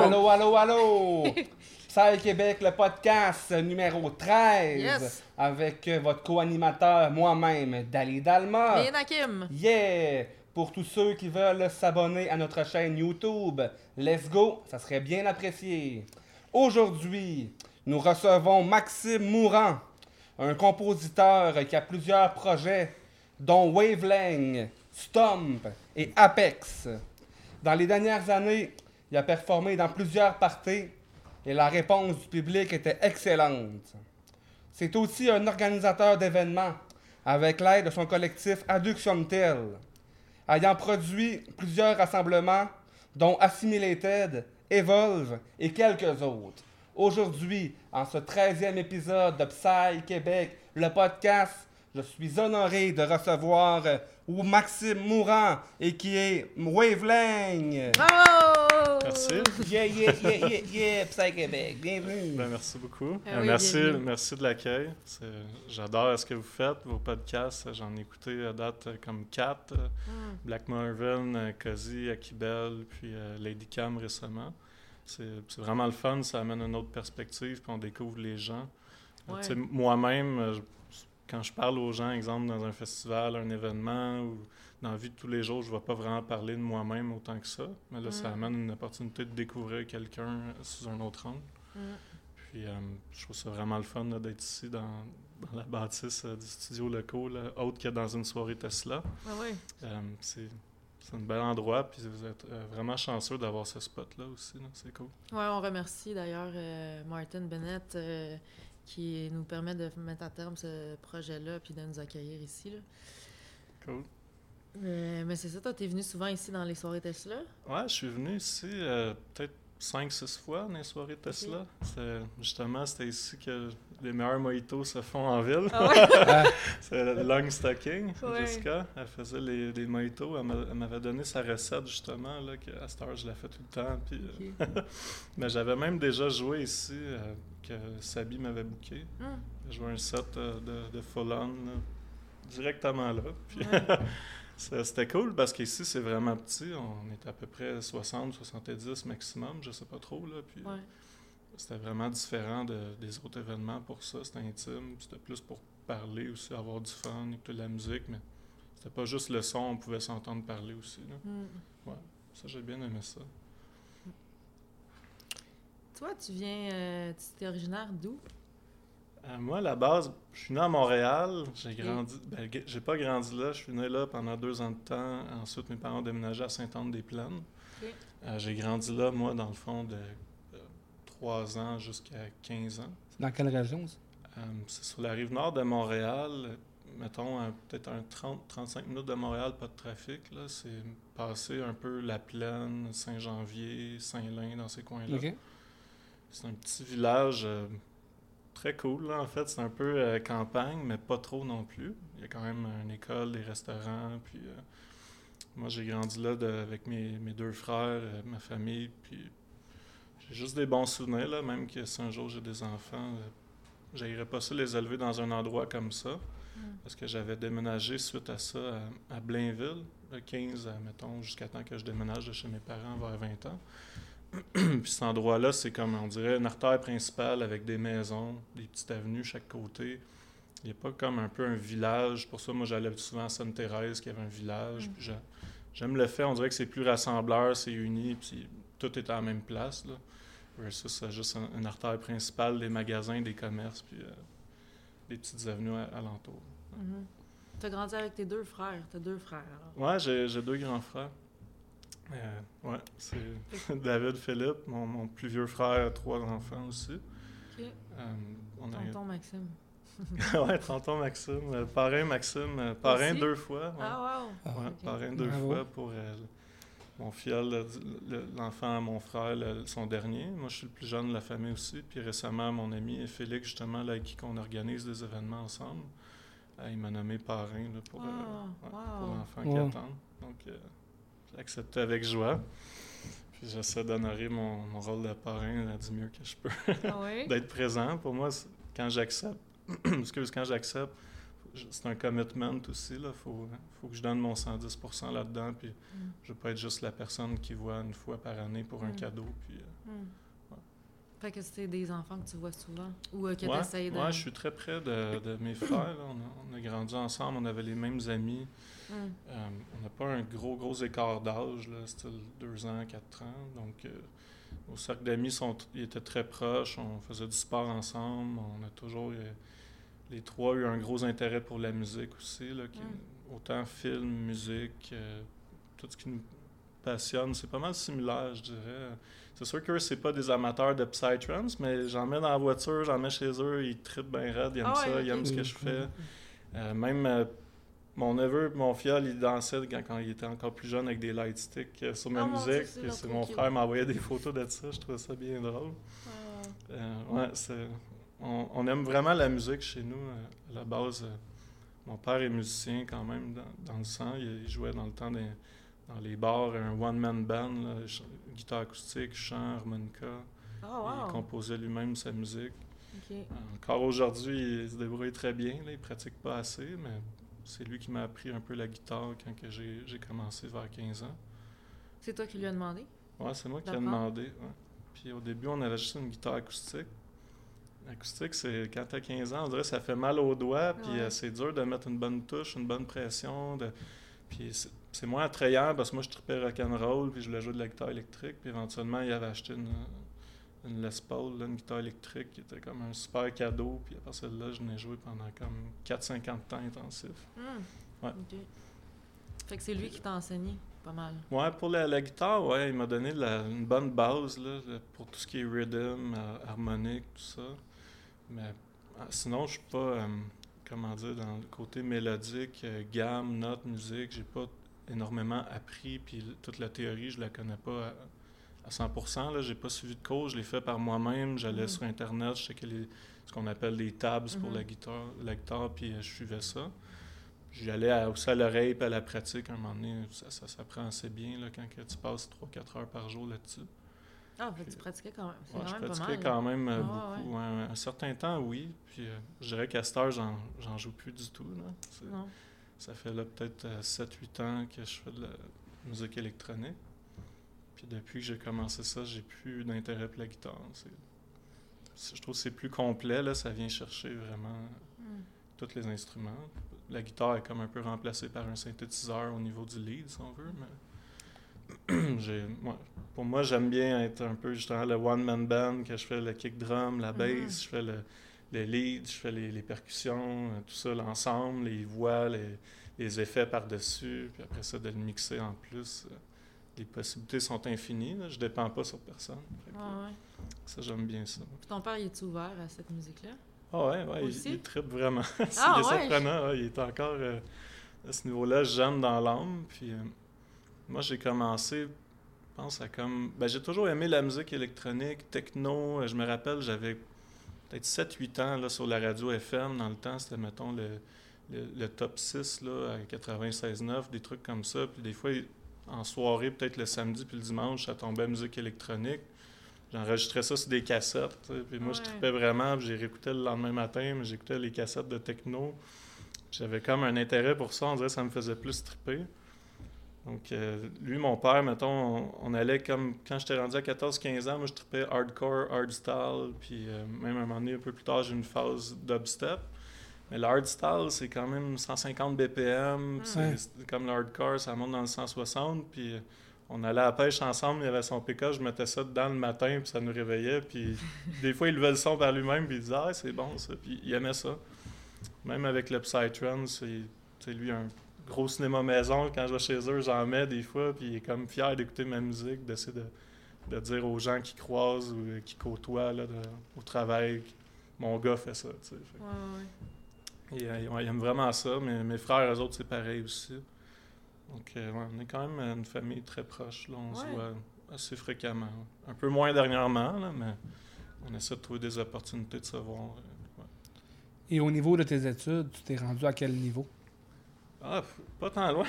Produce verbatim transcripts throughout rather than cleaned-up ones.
Allô, allô, allô! Psy Québec, le podcast numéro treize. Yes. Avec euh, votre co-animateur, moi-même, Dali Dalma. Et Nakim. Yeah! Pour tous ceux qui veulent s'abonner à notre chaîne YouTube, let's go, ça serait bien apprécié. Aujourd'hui, nous recevons Maxime Mourant, un compositeur qui a plusieurs projets, dont Wavelength, Stomp et Apex. Dans les dernières années, il a performé dans plusieurs parties et la réponse du public était excellente. C'est aussi un organisateur d'événements avec l'aide de son collectif Adduction Tel, ayant produit plusieurs rassemblements dont Assimilated, Evolve et quelques autres. Aujourd'hui, en ce treizième épisode de Psy Québec, le podcast, je suis honoré de recevoir euh, Maxime Mourant et qui est Wavelength. Bravo! Merci. Yeah, yeah, yeah, yeah, yeah, Psy Québec, bienvenue. Ben, merci beaucoup. Ah Euh, oui, merci, bienvenue. merci de l'accueil. C'est- J'adore ce que vous faites, vos podcasts. J'en ai écouté à date euh, comme quatre. euh, Mm. Black Marvin, euh, Cozy, Akibel, puis euh, Lady Cam récemment. C'est c'est vraiment le fun, ça amène une autre perspective, puis on découvre les gens. Euh, Ouais. tu sais, moi-même, euh, je- quand je parle aux gens, exemple dans un festival, un événement, ou dans la vie de tous les jours, je ne vais pas vraiment parler de moi-même autant que ça. Mais là, ça Mm. amène une opportunité de découvrir quelqu'un euh, sous un autre angle. Mm. Puis euh, je trouve ça vraiment le fun là, d'être ici dans, dans la bâtisse euh, du studio locaux, là, autre que dans une soirée Tesla. Ah oui. Euh, c'est c'est un bel endroit, puis vous êtes euh, vraiment chanceux d'avoir ce spot-là aussi. Là. C'est cool. Ouais, on remercie d'ailleurs euh, Martin Bennett euh, qui nous permet de mettre à terme ce projet-là puis de nous accueillir ici. Là. Cool. Euh, mais c'est ça, toi, t'es venu souvent ici dans les soirées Tesla? Ouais, je suis venu ici euh, peut-être cinq six fois dans les soirées Tesla. C'est- Justement, c'était ici que les meilleurs mojitos se font en ville. Ah ouais? C'est le Long Stocking, Ouais. Jessica. Elle faisait les, les mojitos. Elle m'a- elle m'avait donné sa recette, justement, là, que à cette heure, je la fais tout le temps. Puis, euh, Ok. mais j'avais même déjà joué ici, euh, que Sabi m'avait booké. Mm. J'ai joué un set euh, de, de Full On, là, directement là. Puis, Ouais. ça- c'était cool parce qu'ici, c'est vraiment petit. On est à peu près soixante soixante-dix maximum, je sais pas trop. Là, puis, Ouais. c'était vraiment différent de- des autres événements pour ça. C'était intime. C'était plus pour parler aussi, avoir du fun, écouter de la musique. Mais c'était pas juste le son, on pouvait s'entendre parler aussi. Là. Mm. Ça, j'ai bien aimé ça. Toi, tu viens... Euh, tu es originaire d'où? Euh, moi, à la base, je suis né à Montréal. J'ai grandi. Ben, g- j'ai pas grandi là. Je suis né là pendant deux ans de temps. Ensuite, mes parents ont déménagé à Sainte-Anne-des-Plaines. Ok. Euh, j'ai grandi là, moi, dans le fond, de euh, trois ans jusqu'à quinze ans. C'est dans quelle région, ça? Euh, c'est sur la rive nord de Montréal. euh, Mettons, à peut-être un trente à trente-cinq minutes de Montréal, pas de trafic. Là. C'est passé un peu La Plaine, Saint-Janvier, Saint-Lin, dans ces coins-là. OK. C'est un petit village euh, très cool, là, en fait. C'est un peu euh, campagne, mais pas trop non plus. Il y a quand même une école, des restaurants. Puis euh, moi, j'ai grandi là de- avec mes, mes deux frères, euh, ma famille. Puis j'ai juste des bons souvenirs, là, même que si un jour j'ai des enfants, euh, j'aimerais pas ça les élever dans un endroit comme ça. Mm. Parce que j'avais déménagé suite à ça à, à Blainville, de quinze à, mettons, jusqu'à temps que je déménage de chez mes parents vers vingt ans. Puis cet endroit-là, c'est comme, on dirait, une artère principale avec des maisons, des petites avenues chaque côté. Il n'y a pas comme un peu un village. Pour ça, moi, j'allais souvent à Sainte-Thérèse, qui avait un village. Mm. Puis j'a- j'aime le fait, on dirait que c'est plus rassembleur, c'est uni, puis tout est à la même place, là. Versus c'est juste un- une artère principale, des magasins, des commerces, puis euh, des petites avenues à- alentour. Mhm. T'as grandi avec tes deux frères. T'as deux frères, alors. Ouais, j'ai, j'ai deux grands frères. Euh, ouais, c'est David, Philippe, mon, mon plus vieux frère, a trois enfants aussi. OK. Euh, on a Tonton Maxime. ouais, tonton Maxime, euh, parrain Maxime, euh, parrain Aussi? deux fois. Ouais, Ah, wow! Ah, ouais ok. parrain deux Bravo. fois pour euh, mon fiel, le- le- l'enfant à mon frère, le- son dernier. Moi, je suis le plus jeune de la famille aussi. Puis récemment, mon ami Félix, justement, là, avec qui on organise des événements ensemble, euh, il m'a nommé parrain là, pour, euh, Ah, ouais, wow. pour l'enfant Wow. qui attend. Donc, euh, j'ai accepté avec joie. Puis j'essaie d'honorer mon, mon rôle de parrain là, du mieux que je peux. Ah oui? D'être présent. Pour moi, c'est- quand j'accepte, excuse, quand j'accepte, c'est un commitment aussi. Il faut, faut que je donne mon cent dix pour cent là-dedans. Puis Mm. je veux pas être juste la personne qui voit une fois par année pour un Mm. cadeau. Puis, euh, Mm. Ouais. Fait que c'est des enfants que tu vois souvent ou euh, que ouais, tu essayes de... ouais, je suis très près de, de mes frères. Là. On, a, on a grandi ensemble, on avait les mêmes amis. Mm. Euh, on n'a pas un gros, gros écart d'âge, là, style deux ans, quatre ans. Donc, euh, nos cercles d'amis sont, ils étaient très proches. On faisait du sport ensemble. On a toujours, euh, les trois, eu un gros intérêt pour la musique aussi. Là, qui, Mm. Autant film, musique, euh, tout ce qui nous passionne. C'est pas mal similaire, je dirais. C'est sûr qu'eux, c'est pas des amateurs de Psytrance, mais j'en mets dans la voiture, j'en mets chez eux. Ils trippent bien raide, ils aiment Ah ouais, ça, ok. ils aiment ce que je Mm. fais. Euh, même... euh, mon neveu et mon fiole, il dansait quand, quand il était encore plus jeune avec des light sticks euh, sur ma Ah, mon Dieu, musique. c'est Puis là, c'est trop mon cute. frère m'envoyait des photos de ça. Je trouvais ça bien drôle. Ah. Euh, ouais, c'est, on, on aime vraiment la musique chez nous. euh, à la base, euh, mon père est musicien quand même dans, dans le sang. Il, il jouait dans le temps des, dans les bars, un one-man band, là, ch- guitare acoustique, chant, harmonica. Oh, Il wow. composait lui-même sa musique. OK. Encore aujourd'hui, il se débrouille très bien. Là, il pratique pas assez, mais c'est lui qui m'a appris un peu la guitare quand que j'ai, j'ai commencé vers quinze ans. C'est toi qui lui as demandé? Ouais, c'est moi qui ai D'accord. demandé. Ouais. Puis au début, on avait juste une guitare acoustique. L'acoustique, c'est quand t'as quinze ans, on dirait que ça fait mal aux doigts, puis Ouais. euh, c'est dur de mettre une bonne touche, une bonne pression. De... Puis c'est, c'est moins attrayant parce que moi, je tripais rock'n'roll, puis je voulais jouer de la guitare électrique. Puis éventuellement, il avait acheté une, une Les Paul, là, une guitare électrique qui était comme un super cadeau. Puis à partir de là, je n'ai joué pendant comme quatre à cinq ans de temps intensif. Hmm. Ouais. OK. Fait que c'est lui qui t'a enseigné pas mal. Ouais, pour la, la guitare, ouais, il m'a donné la- une bonne base là, le- pour tout ce qui est rhythm, euh, harmonique, tout ça. Mais euh, sinon, je suis pas, euh, comment dire, dans le côté mélodique, euh, gamme, notes, musique, j'ai pas énormément appris, puis l- toute la théorie, je la connais pas à, à cent pour cent. Là, j'ai pas suivi de cours, je l'ai fait par moi-même. J'allais Mhm. sur Internet, je checkais les, ce qu'on appelle les tabs pour Mhm. la guitare, la guitare, puis euh, je suivais ça. J'y allais à- aussi à l'oreille puis à la pratique. À un moment donné, ça, ça s'apprend assez bien là, quand que tu passes trois à quatre heures par jour là-dessus. Ah, fait que tu Puis- pratiquais quand même. C'est Ouais, quand je même pas pratiquais mal. quand même euh, Ah, beaucoup. Ouais, ouais. Un certain temps, oui. Puis euh, je dirais qu'à cette heure, j'en, j'en joue plus du tout. Là. C'est- Non. ça fait là peut-être euh, sept huit ans que je fais de la musique électronique. Puis depuis que j'ai commencé ça, j'ai plus d'intérêt pour la guitare. C'est, c'est- je trouve que c'est plus complet. Là, ça vient chercher vraiment Hmm. tous les instruments. La guitare est comme un peu remplacée par un synthétiseur au niveau du lead, si on veut, mais j'ai, ouais, pour moi, j'aime bien être un peu justement le one-man band, que je fais le kick drum, la bass, Mhm. je fais le, le lead, je fais les, les percussions, euh, tout ça, l'ensemble, les voix, les, les effets par-dessus, puis après ça, de le mixer en plus. euh, Les possibilités sont infinies, là, je dépends pas sur personne. Fait que, Ouais, ouais. ça, j'aime bien ça. Puis ton père, il est ouvert à cette musique-là? Ah ouais, ouais, il, Aussi? il trippe vraiment. C'est- Ah il est ouais, surprenant, ouais, il est encore euh, à ce niveau-là, jeune dans l'âme. Puis euh, moi, j'ai commencé, je pense à comme. Ben, j'ai toujours aimé la musique électronique, techno. Euh, Je me rappelle, j'avais peut-être sept huit ans là, sur la radio F M. Dans le temps, c'était, mettons, le, le, le top six là, à quatre-vingt-seize neuf, des trucs comme ça. Puis des fois, en soirée, peut-être le samedi puis le dimanche, ça tombait musique électronique. J'enregistrais ça sur des cassettes, tu sais, puis moi je Ouais. trippais vraiment, puis j'ai réécouté le lendemain matin, mais j'écoutais les cassettes de techno. J'avais comme un intérêt pour ça, on dirait que ça me faisait plus tripper. Donc euh, lui, mon père, mettons, on, on allait comme, quand j'étais rendu à quatorze quinze ans, moi je trippais hardcore, hardstyle, puis euh, même un moment donné, un peu plus tard, j'ai une phase dubstep. Mais le hardstyle, c'est quand même cent cinquante B P M, c'est, Ouais. c'est comme le hardcore, ça monte dans le cent soixante, puis euh, on allait à la pêche ensemble, il y avait son P K, je mettais ça dedans le matin, puis ça nous réveillait, puis des fois, il levait le son par lui-même, puis il disait « Ah, c'est bon, ça », puis il aimait ça. Même avec le Psytrance, il- tu sais, lui, un gros cinéma maison, quand je vais chez eux, j'en mets des fois, puis il est comme fier d'écouter ma musique, d'essayer de, de dire aux gens qui croisent ou qui côtoient là, de- au travail, mon gars fait ça, tu sais. Fait que- Ouais, ouais. et, euh, ouais, ils aiment vraiment ça. Mais mes frères, eux autres, c'est pareil aussi. Donc, euh, ouais, on est quand même une famille très proche. Là. On se Ouais. voit assez fréquemment. Un peu moins dernièrement, là, mais on essaie de trouver des opportunités de se voir. euh, ouais. Et au niveau de tes études, tu t'es rendu à quel niveau? Ah, f- pas tant loin.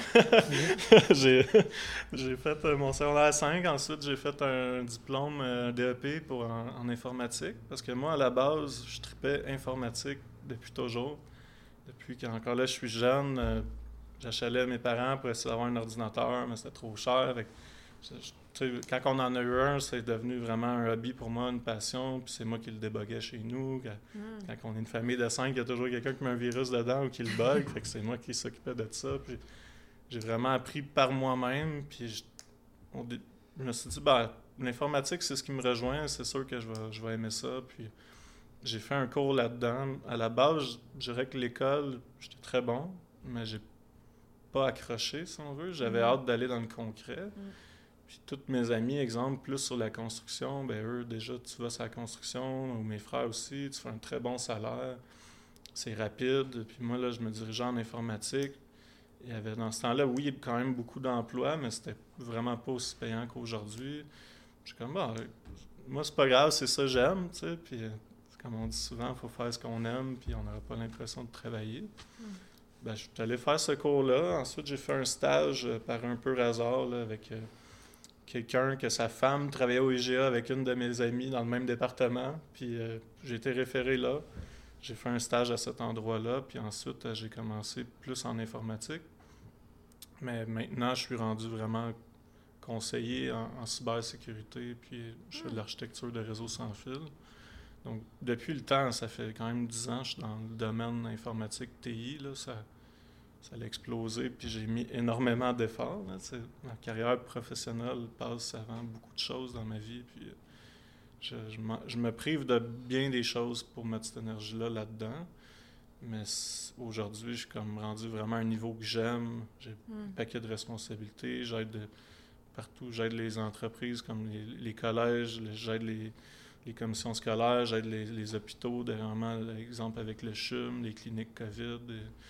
j'ai, j'ai fait euh, mon secondaire cinq. Ensuite, j'ai fait un diplôme euh, D E P pour en, en informatique. Parce que moi, à la base, je tripais informatique depuis toujours. depuis qu'encore là, je suis jeune, euh, j'achalais à mes parents pour essayer d'avoir un ordinateur, mais c'était trop cher. Fait que, je, je, tu sais, quand on en a eu un, c'est devenu vraiment un hobby pour moi, une passion, puis c'est moi qui le déboguais chez nous. Quand, mm. quand on est une famille de cinq, il y a toujours quelqu'un qui met un virus dedans ou qui le bug, fait que c'est moi qui s'occupais de ça. Puis j'ai vraiment appris par moi-même, puis je, on, je me suis dit, ben, l'informatique, c'est ce qui me rejoint, c'est sûr que je vais, je vais aimer ça, puis j'ai fait un cours là-dedans. À la base, je dirais que l'école, j'étais très bon, mais j'ai pas accroché, si on veut. J'avais mm. hâte d'aller dans le concret. Mm. Puis tous mes amis, exemple, plus sur la construction, ben eux, déjà, tu vas sur la construction, ou mes frères aussi, tu fais un très bon salaire, c'est rapide. Puis moi, là, je me dirigeais en informatique. Il y avait, dans ce temps-là, oui, il y avait quand même beaucoup d'emplois, mais c'était vraiment pas aussi payant qu'aujourd'hui. Je suis comme, bah, moi, c'est pas grave, c'est ça que j'aime, tu sais, puis... Comme on dit souvent, il faut faire ce qu'on aime, puis on n'aura pas l'impression de travailler. Mm. Ben, je suis allé faire ce cours-là. Ensuite, j'ai fait un stage euh, par un peu hasard là, avec euh, quelqu'un que sa femme travaillait au I G A avec une de mes amies dans le même département. Puis euh, j'ai été référé là. J'ai fait un stage à cet endroit-là. Puis ensuite, euh, j'ai commencé plus en informatique. Mais maintenant, je suis rendu vraiment conseiller en, en cybersécurité. Puis je fais de l'architecture de réseaux sans fil. Donc, depuis le temps, ça fait quand même dix ans que je suis dans le domaine informatique T I. Là, ça, ça a explosé, puis j'ai mis énormément d'efforts. Là, ma carrière professionnelle passe avant beaucoup de choses dans ma vie. Puis je, je, je me prive de bien des choses pour mettre cette énergie-là là-dedans. Mais aujourd'hui, je suis comme rendu vraiment à un niveau que j'aime. J'ai mm. un paquet de responsabilités. J'aide de, partout. J'aide les entreprises comme les, les collèges. J'aide les... les commissions scolaires, j'aide les, les hôpitaux, dernièrement, exemple avec le C H U M, les cliniques COVID.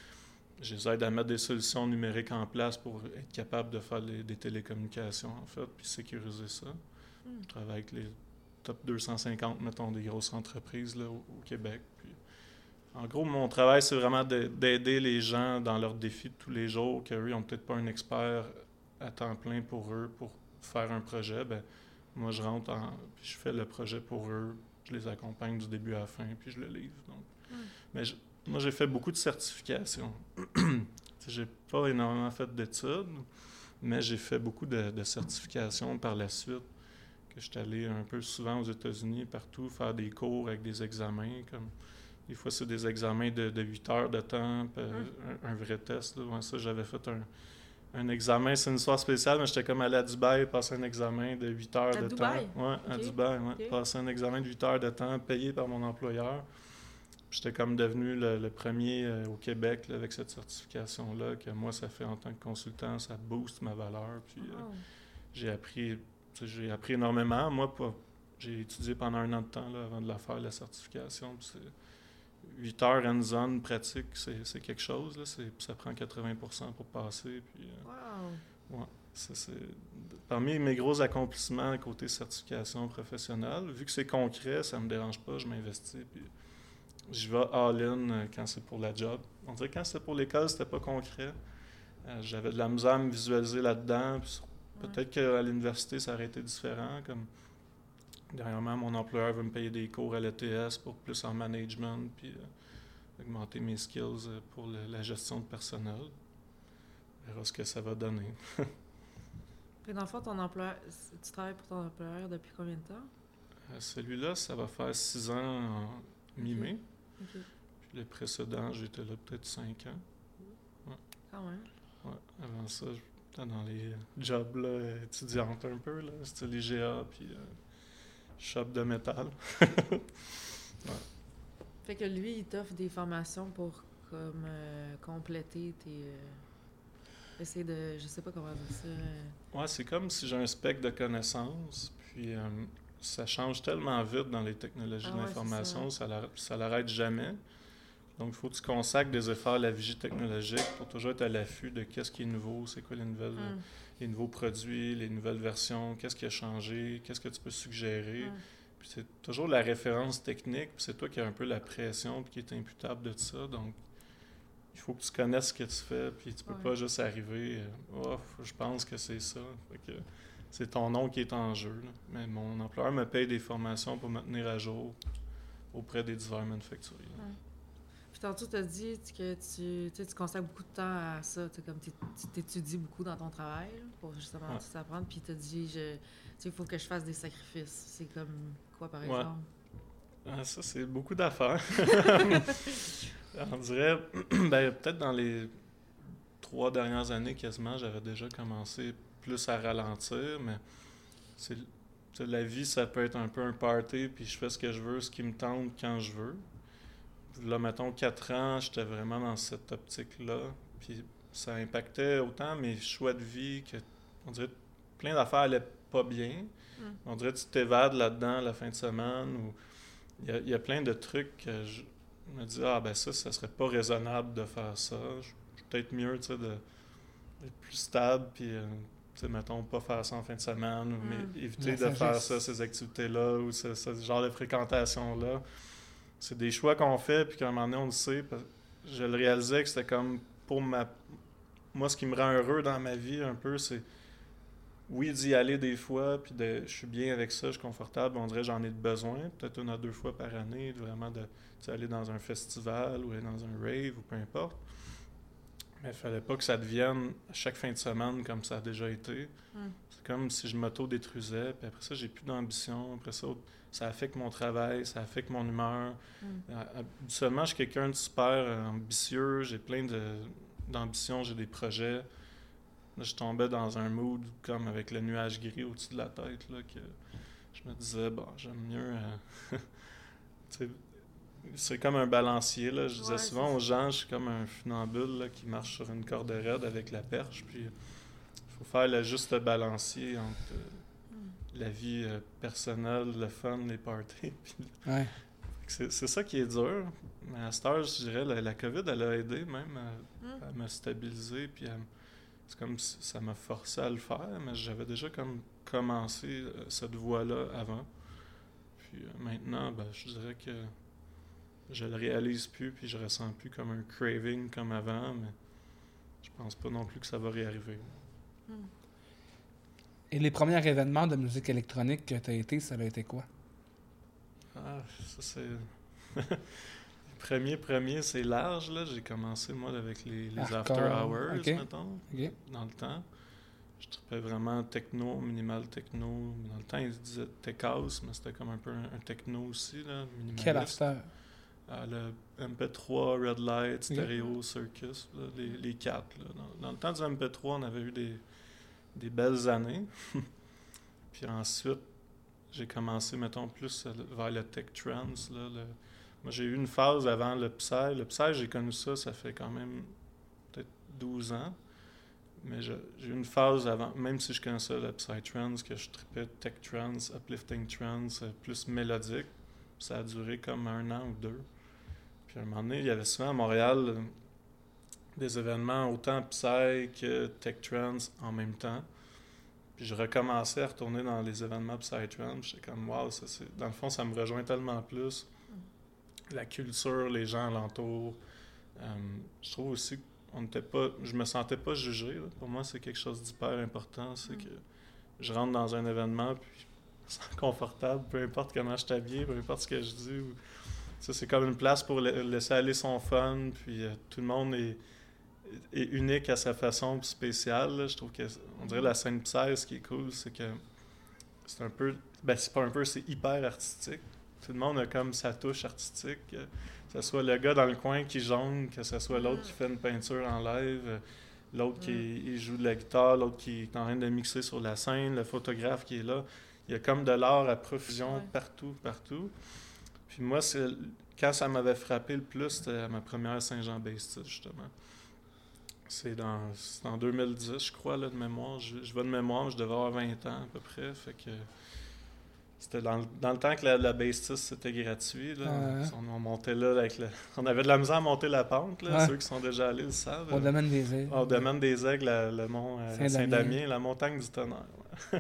Je les aide à mettre des solutions numériques en place pour être capable de faire les, des télécommunications, en fait, puis sécuriser ça. Mm. Je travaille avec les top deux cent cinquante, mettons, des grosses entreprises là, au, au Québec. Puis, en gros, mon travail, c'est vraiment de, d'aider les gens dans leurs défis de tous les jours, qu'eux, ils n'ont peut-être pas un expert à temps plein pour eux, pour faire un projet. Ben, moi, je rentre, en, puis je fais le projet pour eux, je les accompagne du début à la fin, puis je le livre. Donc. Mm. Mais je, moi, j'ai fait beaucoup de certifications. J'ai pas énormément fait d'études, mais j'ai fait beaucoup de, de certifications par la suite. Que je suis allé un peu souvent aux États-Unis, partout, faire des cours avec des examens. Comme, des fois, c'est des examens de, de huit heures de temps, puis, mm. un, un vrai test. Là. Ouais, ça, j'avais fait un... Un examen, c'est une histoire spéciale, mais j'étais comme allé à Dubaï, passer un examen de huit heures à de Dubaï? temps. Oui, okay. à Dubaï, ouais. Okay. Passer un examen de huit heures de temps, payé par mon employeur. Puis j'étais comme devenu le, le premier euh, au Québec là, avec cette certification-là, que moi, ça fait en tant que consultant, ça booste ma valeur. Puis oh. euh, j'ai appris, j'ai appris énormément. Moi, pas, j'ai étudié pendant un an de temps là, avant de la faire, la certification. Puis c'est, huit heures hands-on pratique, c'est, c'est quelque chose. Là, c'est, ça prend quatre-vingts pour cent pour passer. Puis, euh, wow. ouais, ça, c'est, parmi mes gros accomplissements côté certification professionnelle, vu que c'est concret, ça ne me dérange pas, je m'investis. Puis je vais all-in quand c'est pour la job. On dirait que quand c'était pour l'école, c'était pas concret. Euh, j'avais de la misère à me visualiser là-dedans. Puis peut-être ouais. qu'à l'université, ça aurait été différent. Comme dernièrement, mon employeur veut me payer des cours à l'E T S pour plus en management, puis euh, augmenter mes skills pour le, la gestion de personnel. On verra ce que ça va donner. Puis dans le fond, ton employeur, tu travailles pour ton employeur depuis combien de temps? Euh, celui-là, ça va faire six ans en mi-mai. Okay. Okay. Puis le précédent, j'étais là peut-être cinq ans. Ouais. Quand même. Ouais. Avant ça, j'étais dans les jobs là, étudiantes un peu, là, style I G A, puis... Euh, shop de métal. Ouais. Fait que lui, il t'offre des formations pour comme euh, compléter tes... Euh, essayer de... Je sais pas comment dire ça. Euh... Ouais, c'est comme si j'ai un spectre de connaissances, puis euh, ça change tellement vite dans les technologies ah, d'information, ça, ça, ça l'arrête jamais. Donc, il faut que tu consacres des efforts à la vigie technologique pour toujours être à l'affût de qu'est-ce qui est nouveau, c'est quoi les nouvelles... Mm. les nouveaux produits, les nouvelles versions, qu'est-ce qui a changé, qu'est-ce que tu peux suggérer. Mm. Puis c'est toujours la référence technique, puis c'est toi qui as un peu la pression puis qui est imputable de ça. Donc, il faut que tu connaisses ce que tu fais, puis tu peux ouais. pas juste arriver « Oh, je pense que c'est ça. » Fait que c'est ton nom qui est en jeu. Là. Mais mon employeur me paye des formations pour me tenir à jour auprès des divers manufacturiers. Ouais. Puis tantôt, tu as dit que tu, tu sais, tu consacres beaucoup de temps à ça. Tu sais, comme t'é- tu t'étudies beaucoup dans ton travail là, pour justement Ouais. tout apprendre. Puis tu as dit, je, tu sais, il faut que je fasse des sacrifices. C'est comme quoi, par Ouais. exemple? Ah, ça, c'est beaucoup d'affaires. On dirait, ben, peut-être dans les trois dernières années quasiment, j'avais déjà commencé plus à ralentir, mais c'est, tu sais, la vie, ça peut être un peu un party, puis je fais ce que je veux, ce qui me tente quand je veux. Là, mettons, quatre ans, j'étais vraiment dans cette optique-là, puis ça impactait autant mes choix de vie que, on dirait, plein d'affaires allaient pas bien. Mm. On dirait que tu t'évades là-dedans la fin de semaine, ou il y a, il y a plein de trucs que je me dis, ah ben ça, ça serait pas raisonnable de faire ça. Je- Peut-être mieux, tu sais, de, d'être plus stable, puis, euh, tu sais, mettons, pas faire ça en fin de semaine, ou Mm. mais éviter La de faire sagesse. ça, ces activités-là, ou ce, ce genre de fréquentation-là. C'est des choix qu'on fait, puis qu'à un moment donné, on le sait. parce- Je le réalisais que c'était comme pour ma. Moi, ce qui me rend heureux dans ma vie, un peu, c'est. Oui, d'y aller des fois, puis de, je suis bien avec ça, je suis confortable. On dirait que j'en ai besoin, peut-être une à deux fois par année, de vraiment de tu sais, aller dans un festival ou aller dans un rave ou peu importe. Mais il fallait pas que ça devienne à chaque fin de semaine comme ça a déjà été. Mm. C'est comme si je m'auto-détruisais, puis après ça, j'ai plus d'ambition. Après ça, ça affecte mon travail, ça affecte mon humeur. Mm. Euh, Habituellement, je suis quelqu'un de super euh, ambitieux, j'ai plein de, d'ambitions, j'ai des projets. Là, je tombais dans un mood comme avec le nuage gris au-dessus de la tête, là, que je me disais, bon, j'aime mieux. euh, tu sais, c'est comme un balancier, là. Je disais Ouais, souvent c'est aux ça. gens, je suis comme un funambule là, qui marche sur une corde raide avec la perche, puis il faut faire le juste balancier entre euh, Mm. la vie euh, personnelle, le fun, les parties. puis Ouais. c'est, c'est ça qui est dur. Mais à cette heure, je dirais, la, la COVID, elle a aidé même à, Mm. à me stabiliser, puis à- c'est comme si ça m'a forcé à le faire, mais j'avais déjà comme commencé euh, cette voie-là avant. Puis euh, maintenant, ben, je dirais que je le réalise plus, puis je ressens plus comme un craving comme avant, mais je pense pas non plus que ça va réarriver. Mm. Et les premiers événements de musique électronique que tu as été, ça a été quoi? Ah, ça c'est... Les premiers, premiers, c'est large, là. J'ai commencé, moi, avec les, les Hardcore, after hours, ok. mettons, Ok. dans le temps. Je trippais vraiment techno, minimal techno. Dans le temps, ils disaient tech house, mais c'était comme un peu un, un techno aussi, là, minimaliste. Quel after? Ah, le M P trois, Red Light, Stereo, Circus, là, les, les quatre. Là. Dans, dans le temps du M P trois, on avait eu des, des belles années. Puis ensuite, j'ai commencé, mettons, plus euh, vers le tech trance. Là, le... Moi, j'ai eu une phase avant le Psy. Le Psy, j'ai connu ça, ça fait quand même peut-être douze ans. Mais je- j'ai eu une phase avant, même si je connaissais le Psytrance, que je trippais tech trance, uplifting trance, euh, plus mélodique. Ça a duré comme un an ou deux. Puis à un moment donné, il y avait souvent à Montréal euh, des événements autant Psy que tech trance en même temps. Puis je recommençais à retourner dans les événements Psytrance. J'étais comme, wow, ça, c'est... dans le fond, ça me rejoint tellement plus. La culture, les gens alentour. Euh, je trouve aussi qu'on n'était pas. Je me sentais pas jugé. Là. Pour moi, c'est quelque chose d'hyper important. C'est Mm. que je rentre dans un événement, puis je me sens confortable, peu importe comment je t'habille, peu importe ce que je dis. Ou... Ça, c'est comme une place pour la- laisser aller son fun, puis euh, tout le monde est, est unique à sa façon puis spéciale. Là. Je trouve que, on dirait la scène Psy, ce qui est cool, c'est que c'est un peu. Ben, c'est pas un peu, c'est hyper artistique. Tout le monde a comme sa touche artistique. euh, Que ce soit le gars dans le coin qui jongle, que ce soit l'autre Mm. qui fait une peinture en live, euh, l'autre qui Mm. il joue de la guitare, l'autre qui est en train de mixer sur la scène, le photographe qui est là. Il y a comme de l'art à profusion Ouais. partout, partout. Puis moi, c'est quand ça m'avait frappé le plus, c'était à ma première Saint-Jean-Baptiste, justement. C'est dans, c'est en deux mille dix, je crois, là, de mémoire. Je, je vais de mémoire, je devais avoir vingt ans à peu près. Fait que c'était dans, le- dans le temps que la, la Bastis c'était gratuit. Là. Ouais. On, on montait là avec le, on avait de la misère à monter la pente. Là. Ouais. Ceux qui sont déjà allés le savent. Au domaine des îles. Au domaine des Aigles, la- le mont euh, Saint-Damien. Saint-Damien, la montagne du tonnerre. ouais.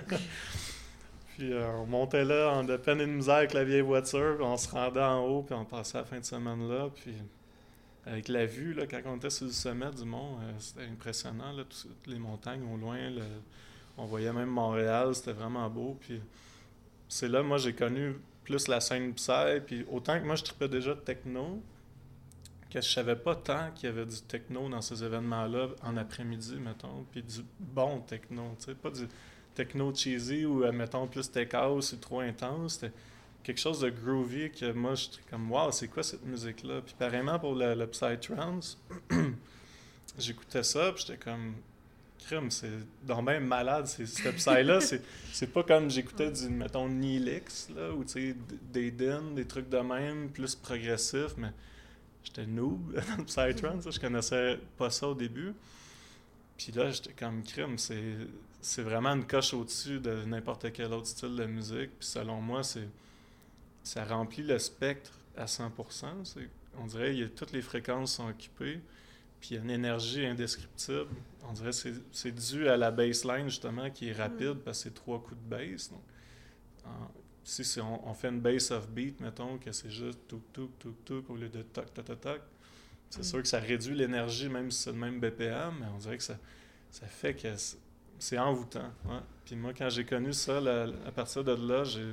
Puis euh, on montait là en de peine et de misère avec la vieille voiture, puis on se rendait en haut, puis on passait la fin de semaine là, puis avec la vue, là, quand on était sur le sommet du mont, euh, c'était impressionnant, là, tout- toutes les montagnes au loin, le- on voyait même Montréal, c'était vraiment beau, puis c'est là, moi, j'ai connu plus la scène Psy, puis autant que moi, je trippais déjà de techno, que je savais pas tant qu'il y avait du techno dans ces événements-là en après-midi, mettons, puis du bon techno, tu sais, pas du techno cheesy ou, euh, mettons, plus tech house ou trop intense. C'était quelque chose de groovy que moi, j'étais comme, wow, c'est quoi cette musique-là? Puis pareillement pour le, le Psytrance, j'écoutais ça, puis j'étais comme, crime, c'est donc même malade, c'est, ce Psy-là, c'est, c'est pas comme j'écoutais du, mettons, Neelix, là, ou tu sais, des Din, des trucs de même, plus progressifs, mais j'étais noob dans le Psytrance, je connaissais pas ça au début. Puis là, j'étais comme crime, c'est, c'est vraiment une coche au-dessus de n'importe quel autre style de musique. Puis selon moi, c'est, ça remplit le spectre à cent pour cent. C'est, on dirait que toutes les fréquences sont occupées. Puis il y a une énergie indescriptible. On dirait que c'est, c'est dû à la bassline, justement, qui est rapide, mm. parce que c'est trois coups de bass. Donc, en, si, si on, on fait une bass off beat, mettons, que c'est juste touk touk touk touk au lieu de toc toc toc toc, c'est mm. sûr que ça réduit l'énergie, même si c'est le même B P M, mais on dirait que ça, ça fait que c'est, c'est envoûtant. Ouais. Puis moi, quand j'ai connu ça, la, à partir de là, j'ai,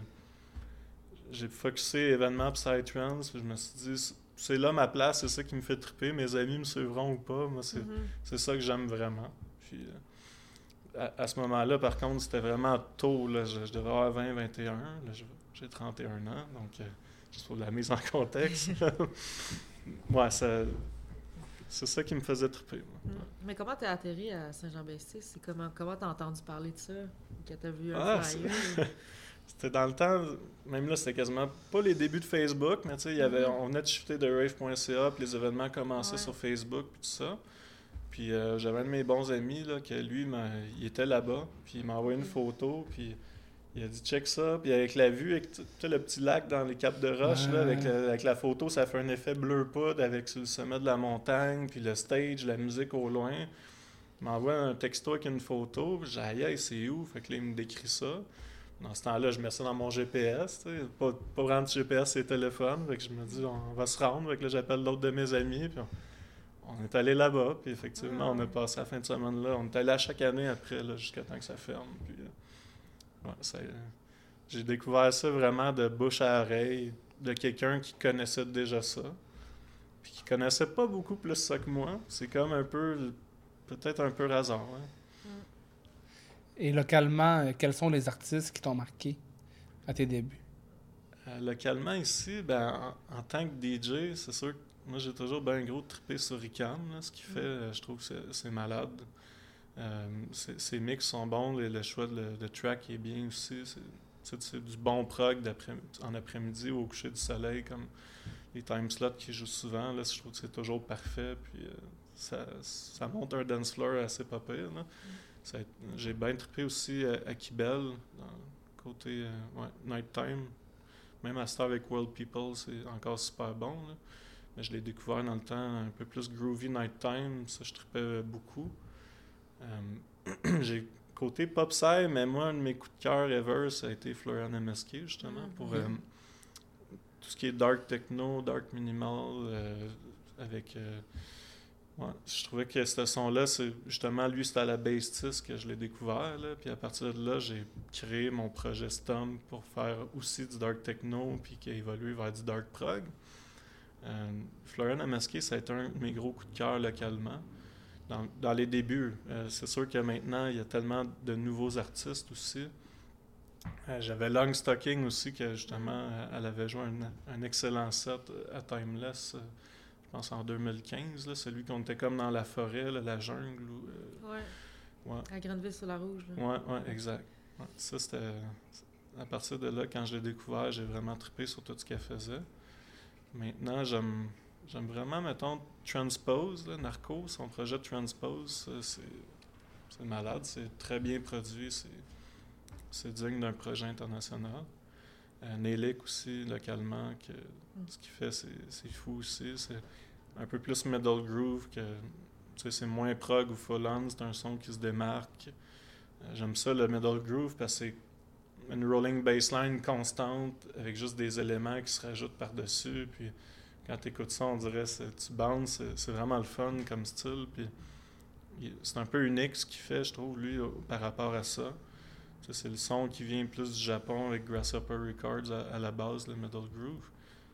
j'ai focusé événements Psytrance, puis je me suis dit, c'est là ma place, c'est ça qui me fait triper, mes amis me suivront ou pas, moi, c'est, mm-hmm. c'est ça que j'aime vraiment. Puis euh, à, à ce moment-là, par contre, c'était vraiment tôt, là, je, je devais avoir vingt, vingt et un, là, je, j'ai trente et un ans, donc euh, juste pour la mise en contexte. Ouais, ça, c'est ça qui me faisait triper. Moi. Mm. Mais comment t'es atterri à Saint-Jean-Baptiste? C'est comment, comment t'as entendu parler de ça? Que t'as vu un ah, flyer? C'était dans le temps, même là, c'était quasiment pas les débuts de Facebook, mais tu sais, il y avait, mm-hmm. on venait de shifter de rave point c a, puis les événements commençaient ouais. sur Facebook, puis tout ça. Puis euh, j'avais un de mes bons amis, là, que lui, il était là-bas, puis il m'a envoyé une photo, puis il a dit « check ça », puis avec la vue, avec tu sais, le petit lac dans les caps de roche, ouais. là, avec, le, avec la photo, ça fait un effet bleu poudre avec sur le sommet de la montagne, puis le stage, la musique au loin. Il m'envoie un texto avec une photo, puis j'ai dit « aïe, c'est où ?» Fait que là, il me décrit ça. Dans ce temps-là, je mets ça dans mon G P S, tu sais, pas, pas vraiment de G P S, c'est téléphone, fait que je me dis, on va se rendre, fait que là, j'appelle l'autre de mes amis, puis on, on est allé là-bas, puis effectivement, on a passé la fin de semaine là, on est allé à chaque année après, là, jusqu'à temps que ça ferme, puis euh, ouais, ça, euh, j'ai découvert ça vraiment de bouche à oreille, de quelqu'un qui connaissait déjà ça, puis qui connaissait pas beaucoup plus ça que moi, c'est comme un peu, peut-être un peu hasard, hein. Et localement, quels sont les artistes qui t'ont marqué à tes débuts? Euh, localement, ici, ben, en, en tant que D J, c'est sûr que moi, j'ai toujours bien gros trippé sur Ricam, là, ce qu'il fait, euh, je trouve que c'est, c'est malade. Euh, c'est, ses mix sont bons, le, le choix de, de track est bien aussi. C'est, c'est, c'est du bon prog d'après, en après-midi ou au coucher du soleil, comme les time slots qu'il joue souvent. Là, je trouve que c'est toujours parfait. Puis, euh, ça, ça monte un dance floor assez pas pire, là. Ça, j'ai bien trippé aussi à, à Kibel, dans le côté euh, ouais, nighttime. Même à Star avec World People, c'est encore super bon. Là. Mais je l'ai découvert dans le temps un peu plus groovy nighttime. Ça, je trippais beaucoup. Euh, j'ai côté pop-psy, mais moi, un de mes coups de cœur ever, ça a été Florian M S K, justement, mm-hmm. pour euh, tout ce qui est dark techno, dark minimal, euh, avec... Euh, ouais, je trouvais que ce son-là, c'est justement, lui, c'était à la Bastis que je l'ai découvert. Là, puis à partir de là, j'ai créé mon projet Stomp pour faire aussi du dark techno, puis qui a évolué vers du dark prog. Euh, Florian M S K, ça a été un de mes gros coups de cœur localement. Dans, dans les débuts, euh, c'est sûr que maintenant, il y a tellement de nouveaux artistes aussi. Euh, j'avais Long Stocking aussi, que justement, elle avait joué un, un excellent set à Timeless. Je pense en deux mille quinze, là, celui qu'on était comme dans la forêt, là, la jungle. Ou, euh, ouais. ouais. À Grandeville-sur-la-Rouge. Là. Ouais, ouais, exact. Ouais, ça, c'était... À partir de là, quand je l'ai découvert, j'ai vraiment trippé sur tout ce qu'elle faisait. Maintenant, j'aime, j'aime vraiment, mettons, Transpose, là, Narco, son projet Transpose, c'est, c'est malade, c'est très bien produit, c'est, c'est digne d'un projet international. Euh, Neelix aussi, localement, que mm. ce qu'il fait, c'est, c'est fou aussi. C'est un peu plus middle groove, que tu sais, c'est moins prog ou full on, c'est un son qui se démarque. Euh, j'aime ça, le middle groove, parce que c'est une rolling bassline constante, avec juste des éléments qui se rajoutent par-dessus, puis quand tu écoutes ça, on dirait que tu bounces, c'est, c'est vraiment le fun comme style, puis c'est un peu unique ce qu'il fait, je trouve, lui, par rapport à ça. Ça, c'est le son qui vient plus du Japon avec Grasshopper Records à, à la base, le middle groove.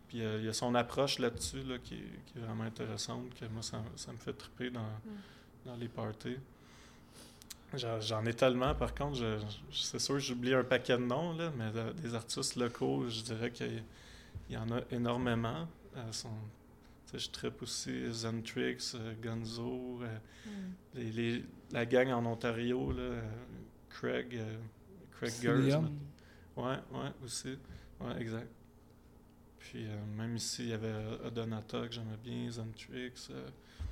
Puis euh, il y a son approche là-dessus là, qui, est, qui est vraiment intéressante, que moi, ça, ça me fait triper dans, mm. dans les parties. J'en, j'en ai tellement, par contre, je, je, c'est sûr que j'oublie un paquet de noms, là, mais de, des artistes locaux, je dirais qu'il y en a énormément. Euh, sont, je trippe aussi Zentrix, euh, Gonzo, euh, mm. les, les, la gang en Ontario, là, euh, Craig, euh, Craig Gers. Ouais, ouais, aussi. Ouais, exact. Puis euh, même ici, il y avait Adonata que j'aimais bien, Zentrix. Euh,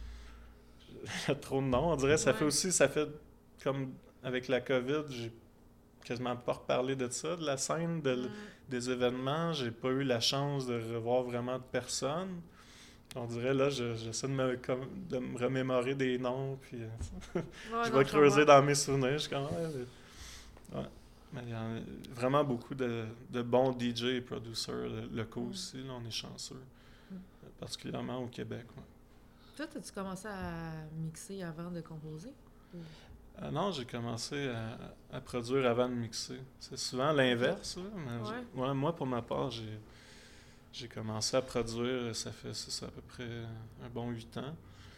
il y a trop de noms, on dirait. Ça ouais. fait aussi, ça fait comme avec la COVID, j'ai quasiment pas reparlé de ça, de la scène, de, mm. des événements. J'ai pas eu la chance de revoir vraiment de personnes. On dirait, là, je, j'essaie de me, comme, de me remémorer des noms, puis euh, ouais, je vais creuser dans mes souvenirs. Je suis comme, ouais, mais, ouais. mais il y a vraiment beaucoup de, de bons D J et producers locaux mm. aussi. Là, on est chanceux, mm. particulièrement au Québec. Ouais. Toi, as-tu commencé à mixer avant de composer? Mm. Euh, non, j'ai commencé à, à produire avant de mixer. C'est souvent l'inverse. Là, mais ouais. Ouais, moi, pour ma part, j'ai... J'ai commencé à produire, ça fait c'est ça, à peu près un bon huit ans.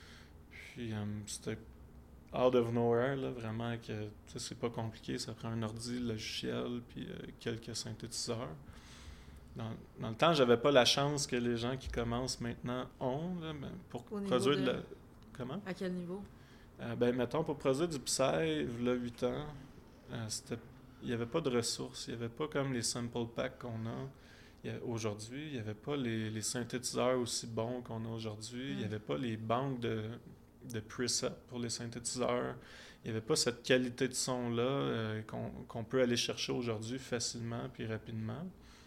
Puis um, c'était out of nowhere, là, vraiment, que c'est pas compliqué. Ça prend un ordi, logiciel, puis euh, quelques synthétiseurs. Dans, dans le temps, j'avais pas la chance que les gens qui commencent maintenant ont, là, ben, pour Au produire de... de la... Comment? À quel niveau? Euh, ben, mettons, pour produire du Psy, il y a huit ans, euh, c'était... il n'y avait pas de ressources. Il n'y avait pas comme les sample packs qu'on a. Il y a, aujourd'hui, il n'y avait pas les, les synthétiseurs aussi bons qu'on a aujourd'hui. Mm. Il n'y avait pas les banques de, de presets pour les synthétiseurs. Il n'y avait pas cette qualité de son-là euh, qu'on, qu'on peut aller chercher aujourd'hui facilement puis rapidement.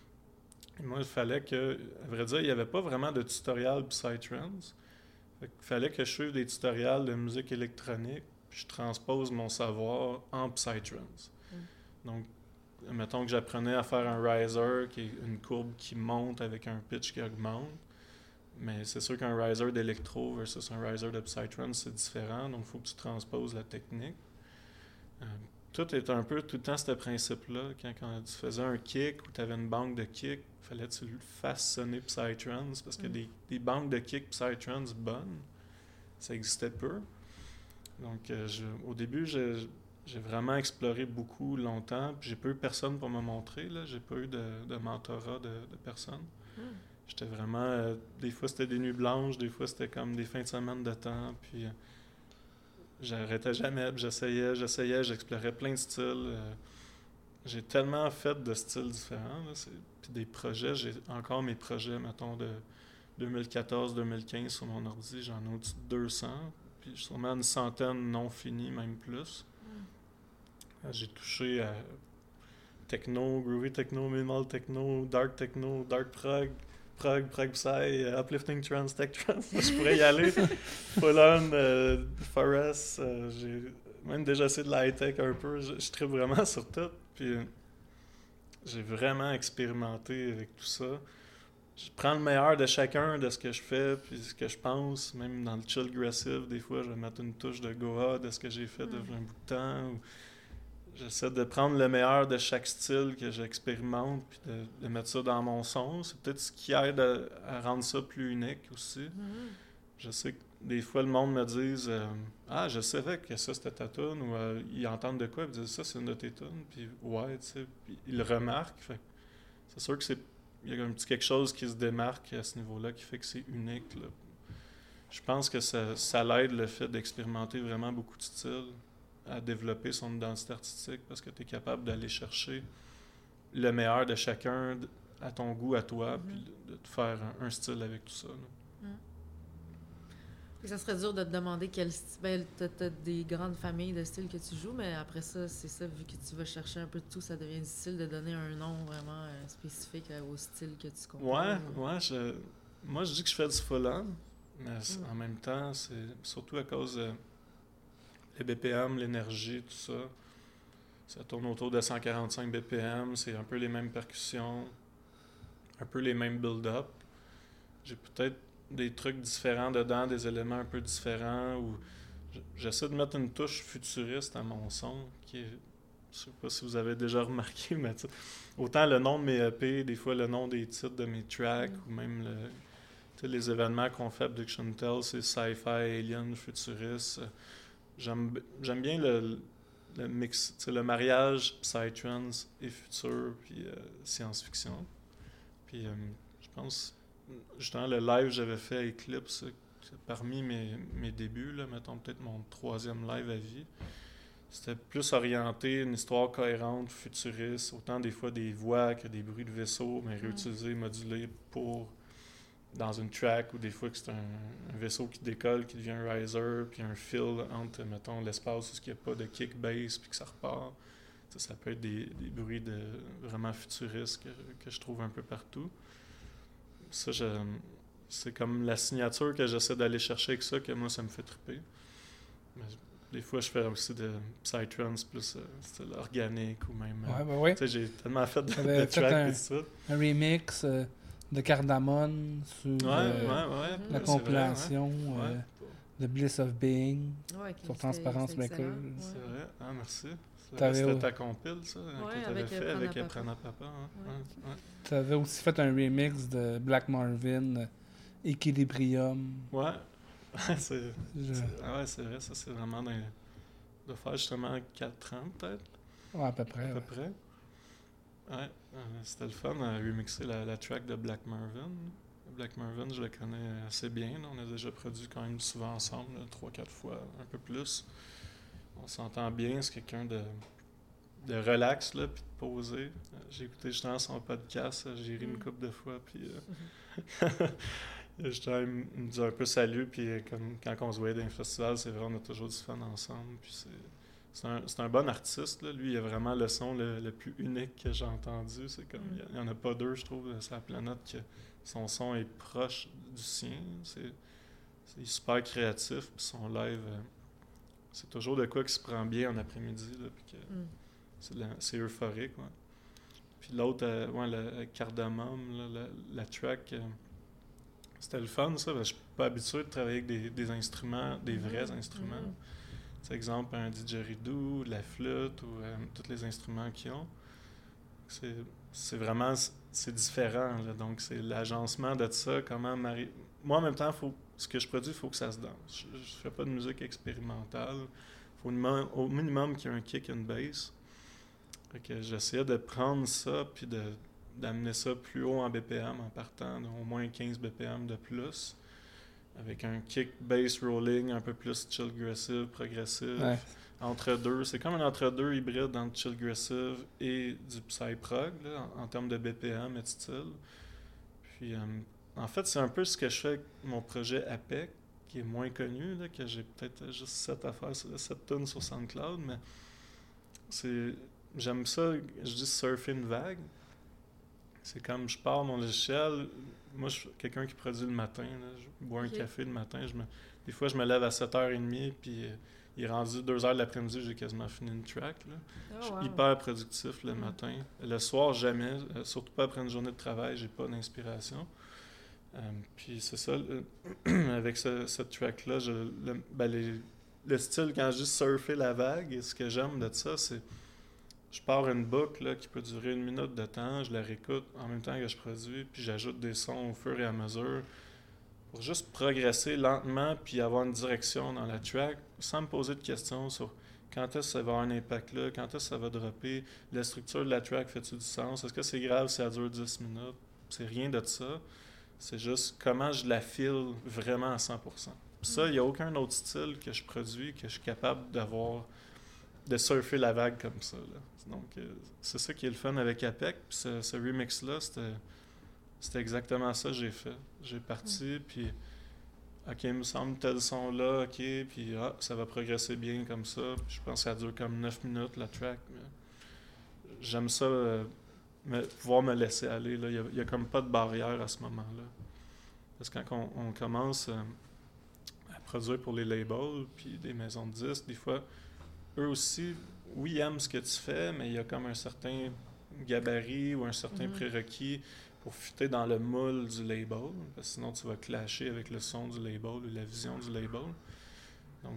Et moi, il fallait que... À vrai dire, il n'y avait pas vraiment de tutoriel Psytrance. Il fallait que je suive des tutoriels de musique électronique puis je transpose mon savoir en Psytrance. Mm. Donc, mettons que j'apprenais à faire un riser, qui est une courbe qui monte avec un pitch qui augmente. Mais c'est sûr qu'un riser d'électro versus un riser de Psytrance, c'est différent. Donc, il faut que tu transposes la technique. Euh, tout est un peu tout le temps ce principe-là. Quand, quand tu faisais un kick ou tu avais une banque de kick, il fallait que tu le fasses sonner Psytrance parce que mm. des, des banques de kick Psytrance bonnes, ça existait peu. Donc, euh, je, au début, je... J'ai vraiment exploré beaucoup longtemps, puis j'ai pas eu personne pour me montrer, là. J'ai pas eu de, de mentorat de, de personne. Mm. J'étais vraiment... Euh, des fois, c'était des nuits blanches, des fois, c'était comme des fins de semaine de temps, puis euh, j'arrêtais jamais, puis j'essayais, j'essayais, j'explorais plein de styles. Euh, j'ai tellement fait de styles différents, là, c'est, puis des projets, j'ai encore mes projets, mettons, de deux mille quatorze deux mille quinze sur mon ordi, j'en ai au-dessus de deux cents, puis sûrement une centaine non finies, même plus. J'ai touché à techno, groovy techno, minimal techno, dark techno, dark prog, prog, prog psy, uh, uplifting trance, tech trance. Je pourrais y aller. Full on, euh, forest. Euh, j'ai même déjà essayé de la high-tech un peu. Je, je tripe vraiment sur tout. Puis euh, j'ai vraiment expérimenté avec tout ça. Je prends le meilleur de chacun, de ce que je fais, puis ce que je pense. Même dans le chill aggressive, des fois, je vais mettre une touche de Goa de ce que j'ai fait mm. depuis un bout de temps. Ou j'essaie de prendre le meilleur de chaque style que j'expérimente puis de, de mettre ça dans mon son. C'est peut-être ce qui aide à, à rendre ça plus unique aussi. Mm-hmm. Je sais que des fois, le monde me dise euh, « Ah, je savais que ça, c'était ta tune » ou euh, ils entendent de quoi, ils disent « Ça, c'est une de tes tunes. » Puis « Ouais, tu sais. » Puis ils le remarquent. Fait, c'est sûr que c'est il y a un petit quelque chose qui se démarque à ce niveau-là qui fait que c'est unique, là. Je pense que ça, ça l'aide le fait d'expérimenter vraiment beaucoup de styles à développer son identité artistique parce que tu es capable d'aller chercher le meilleur de chacun à ton goût, à toi, mm-hmm. puis de, de te faire un, un style avec tout ça. Mm. Ça serait dur de te demander quel style. Ben, tu as des grandes familles de styles que tu joues, mais après ça, c'est ça, vu que tu vas chercher un peu de tout, ça devient difficile de donner un nom vraiment euh, spécifique euh, au style que tu comprends. Ouais, ou... ouais. Je, moi, je dis que je fais du full-on, mais mm. en même temps, c'est surtout à cause de les B P M, l'énergie, tout ça. Ça tourne autour de cent quarante-cinq B P M, c'est un peu les mêmes percussions, un peu les mêmes build-up. J'ai peut-être des trucs différents dedans, des éléments un peu différents, où j'essaie de mettre une touche futuriste à mon son, qui est je sais pas si vous avez déjà remarqué, mais autant le nom de mes E P, des fois le nom des titres de mes tracks, mm. ou même le, les événements qu'on fait à Abduction Tell, c'est sci-fi, alien, futuriste. J'aime, j'aime bien le, le mix, le mariage psytrance et futur, puis euh, science-fiction. Puis euh, je pense, justement, le live que j'avais fait à Eclipse, parmi mes, mes débuts, là, mettons peut-être mon troisième live à vie, c'était plus orienté, une histoire cohérente, futuriste, autant des fois des voix que des bruits de vaisseau, mais réutilisés, modulés pour dans une track, ou des fois que c'est un, un vaisseau qui décolle, qui devient un riser, puis un fill entre, mettons, l'espace où il n'y a pas de kick bass, puis que ça repart. Ça, ça peut être des, des bruits de, vraiment futuristes que, que je trouve un peu partout. Ça, je, c'est comme la signature que j'essaie d'aller chercher avec ça, que moi, ça me fait triper. Mais des fois, je fais aussi de psytrance plus euh, style organique, ou même... Ouais, ben oui. Tu sais, j'ai tellement fait de, de tracks un, et tout ça. Un remix euh, de Cardamone sur ouais, euh, ouais, ouais, la ouais, compilation vrai, ouais. euh, de Bliss of Being ouais, sur Transparence Records. Ouais. C'est vrai. Ah, merci. T'avais C'était au... ta compile, ça, ouais, que tu avais avec fait avec Prana Prana Papa. Hein? Ouais. Ouais. Tu avais aussi fait un remix de Black Marvin, euh, Equilibrium. Ouais. c'est, Je... c'est, ah ouais, c'est vrai, ça, c'est vraiment dans, de faire justement quatre ans, peut-être. Ouais, à peu près. À peu Ouais. près. Ouais, euh, c'était le fun à remixer la, la track de Black Marvin. Black Marvin, je le connais assez bien. Là. On a déjà produit quand même souvent ensemble, trois, quatre fois, un peu plus. On s'entend bien, c'est quelqu'un de, de relax, là, puis de posé. Euh, j'ai écouté justement son podcast, j'ai ri une couple de fois, puis euh, justement, il me dit un peu salut, puis comme quand on se voyait dans les festivals, c'est vrai, on a toujours du fun ensemble, puis c'est... C'est un, c'est un bon artiste, là. Lui, il a vraiment le son le, le plus unique que j'ai entendu. C'est comme, mm. il n'y en a pas deux, je trouve, sur la planète, que son son est proche du sien. C'est, c'est super créatif, puis son live, euh, c'est toujours de quoi qui se prend bien en après-midi, là, puis que mm. c'est, la, c'est euphorique, ouais. Puis l'autre, euh, ouais, le Cardamome, là, la, la track, euh, c'était le fun, ça, parce que je suis pas habitué de travailler avec des, des instruments, des vrais mm. instruments. Mm. Par exemple, un didgeridoo, la flûte, ou euh, tous les instruments qu'ils ont. C'est, c'est vraiment, c'est différent, là. Donc, c'est l'agencement de ça, comment mari... Moi, en même temps, faut, ce que je produis, il faut que ça se danse. Je ne fais pas de musique expérimentale. Il faut au minimum qu'il y ait un kick et une bass. Fait que j'essayais de prendre ça, puis de, d'amener ça plus haut en B P M en partant, au moins quinze B P M de plus. Avec un kick bass rolling un peu plus chill-aggressive, progressif. Ouais. Entre deux. C'est comme un entre-deux hybride entre chill-aggressive et du psy-prog, là, en, en termes de B P M et de style. Puis, euh, en fait, c'est un peu ce que je fais avec mon projet A P E C, qui est moins connu, là, que j'ai peut-être juste sept affaires, sept tonnes sur SoundCloud, mais c'est, j'aime ça, je dis surfer une vague. C'est comme je pars mon logiciel. Moi, je suis quelqu'un qui produit le matin. Là. Je bois okay. un café le matin. Je me... Des fois, je me lève à sept heures trente, puis euh, il est rendu deux heures de l'après-midi, j'ai quasiment fini une track. Là. Oh, je suis wow. hyper productif le mm. matin. Le soir, jamais. Euh, surtout pas après une journée de travail, j'ai pas d'inspiration. Euh, puis c'est ça, le... avec ce, cette track-là, je, le, ben les, le style, quand je dis surfer la vague, et ce que j'aime de ça, c'est je pars une boucle là, qui peut durer une minute de temps, je la réécoute en même temps que je produis, puis j'ajoute des sons au fur et à mesure pour juste progresser lentement puis avoir une direction dans la track sans me poser de questions sur quand est-ce que ça va avoir un impact là, quand est-ce que ça va dropper, la structure de la track fait-tu du sens, est-ce que c'est grave si ça dure dix minutes, c'est rien de ça, c'est juste comment je la file vraiment à cent pour cent. Puis ça, il n'y a aucun autre style que je produis que je suis capable d'avoir, de surfer la vague comme ça, là. Donc, euh, c'est ça qui est le fun avec A P E C. Puis ce, ce remix-là, c'était, c'était exactement ça que j'ai fait. J'ai parti, mm. puis OK, il me semble tel son-là, OK, puis ah, ça va progresser bien comme ça. Puis je pense que ça dure comme neuf minutes, la track. Mais j'aime ça, euh, me, pouvoir me laisser aller. Il n'y a, a comme pas de barrière à ce moment-là. Parce que quand on, on commence euh, à produire pour les labels, puis des maisons de disques, des fois, eux aussi... oui, ils aiment ce que tu fais, mais il y a comme un certain gabarit ou un certain mm-hmm. prérequis pour fitter dans le moule du label, parce que sinon tu vas clasher avec le son du label ou la vision du label. Donc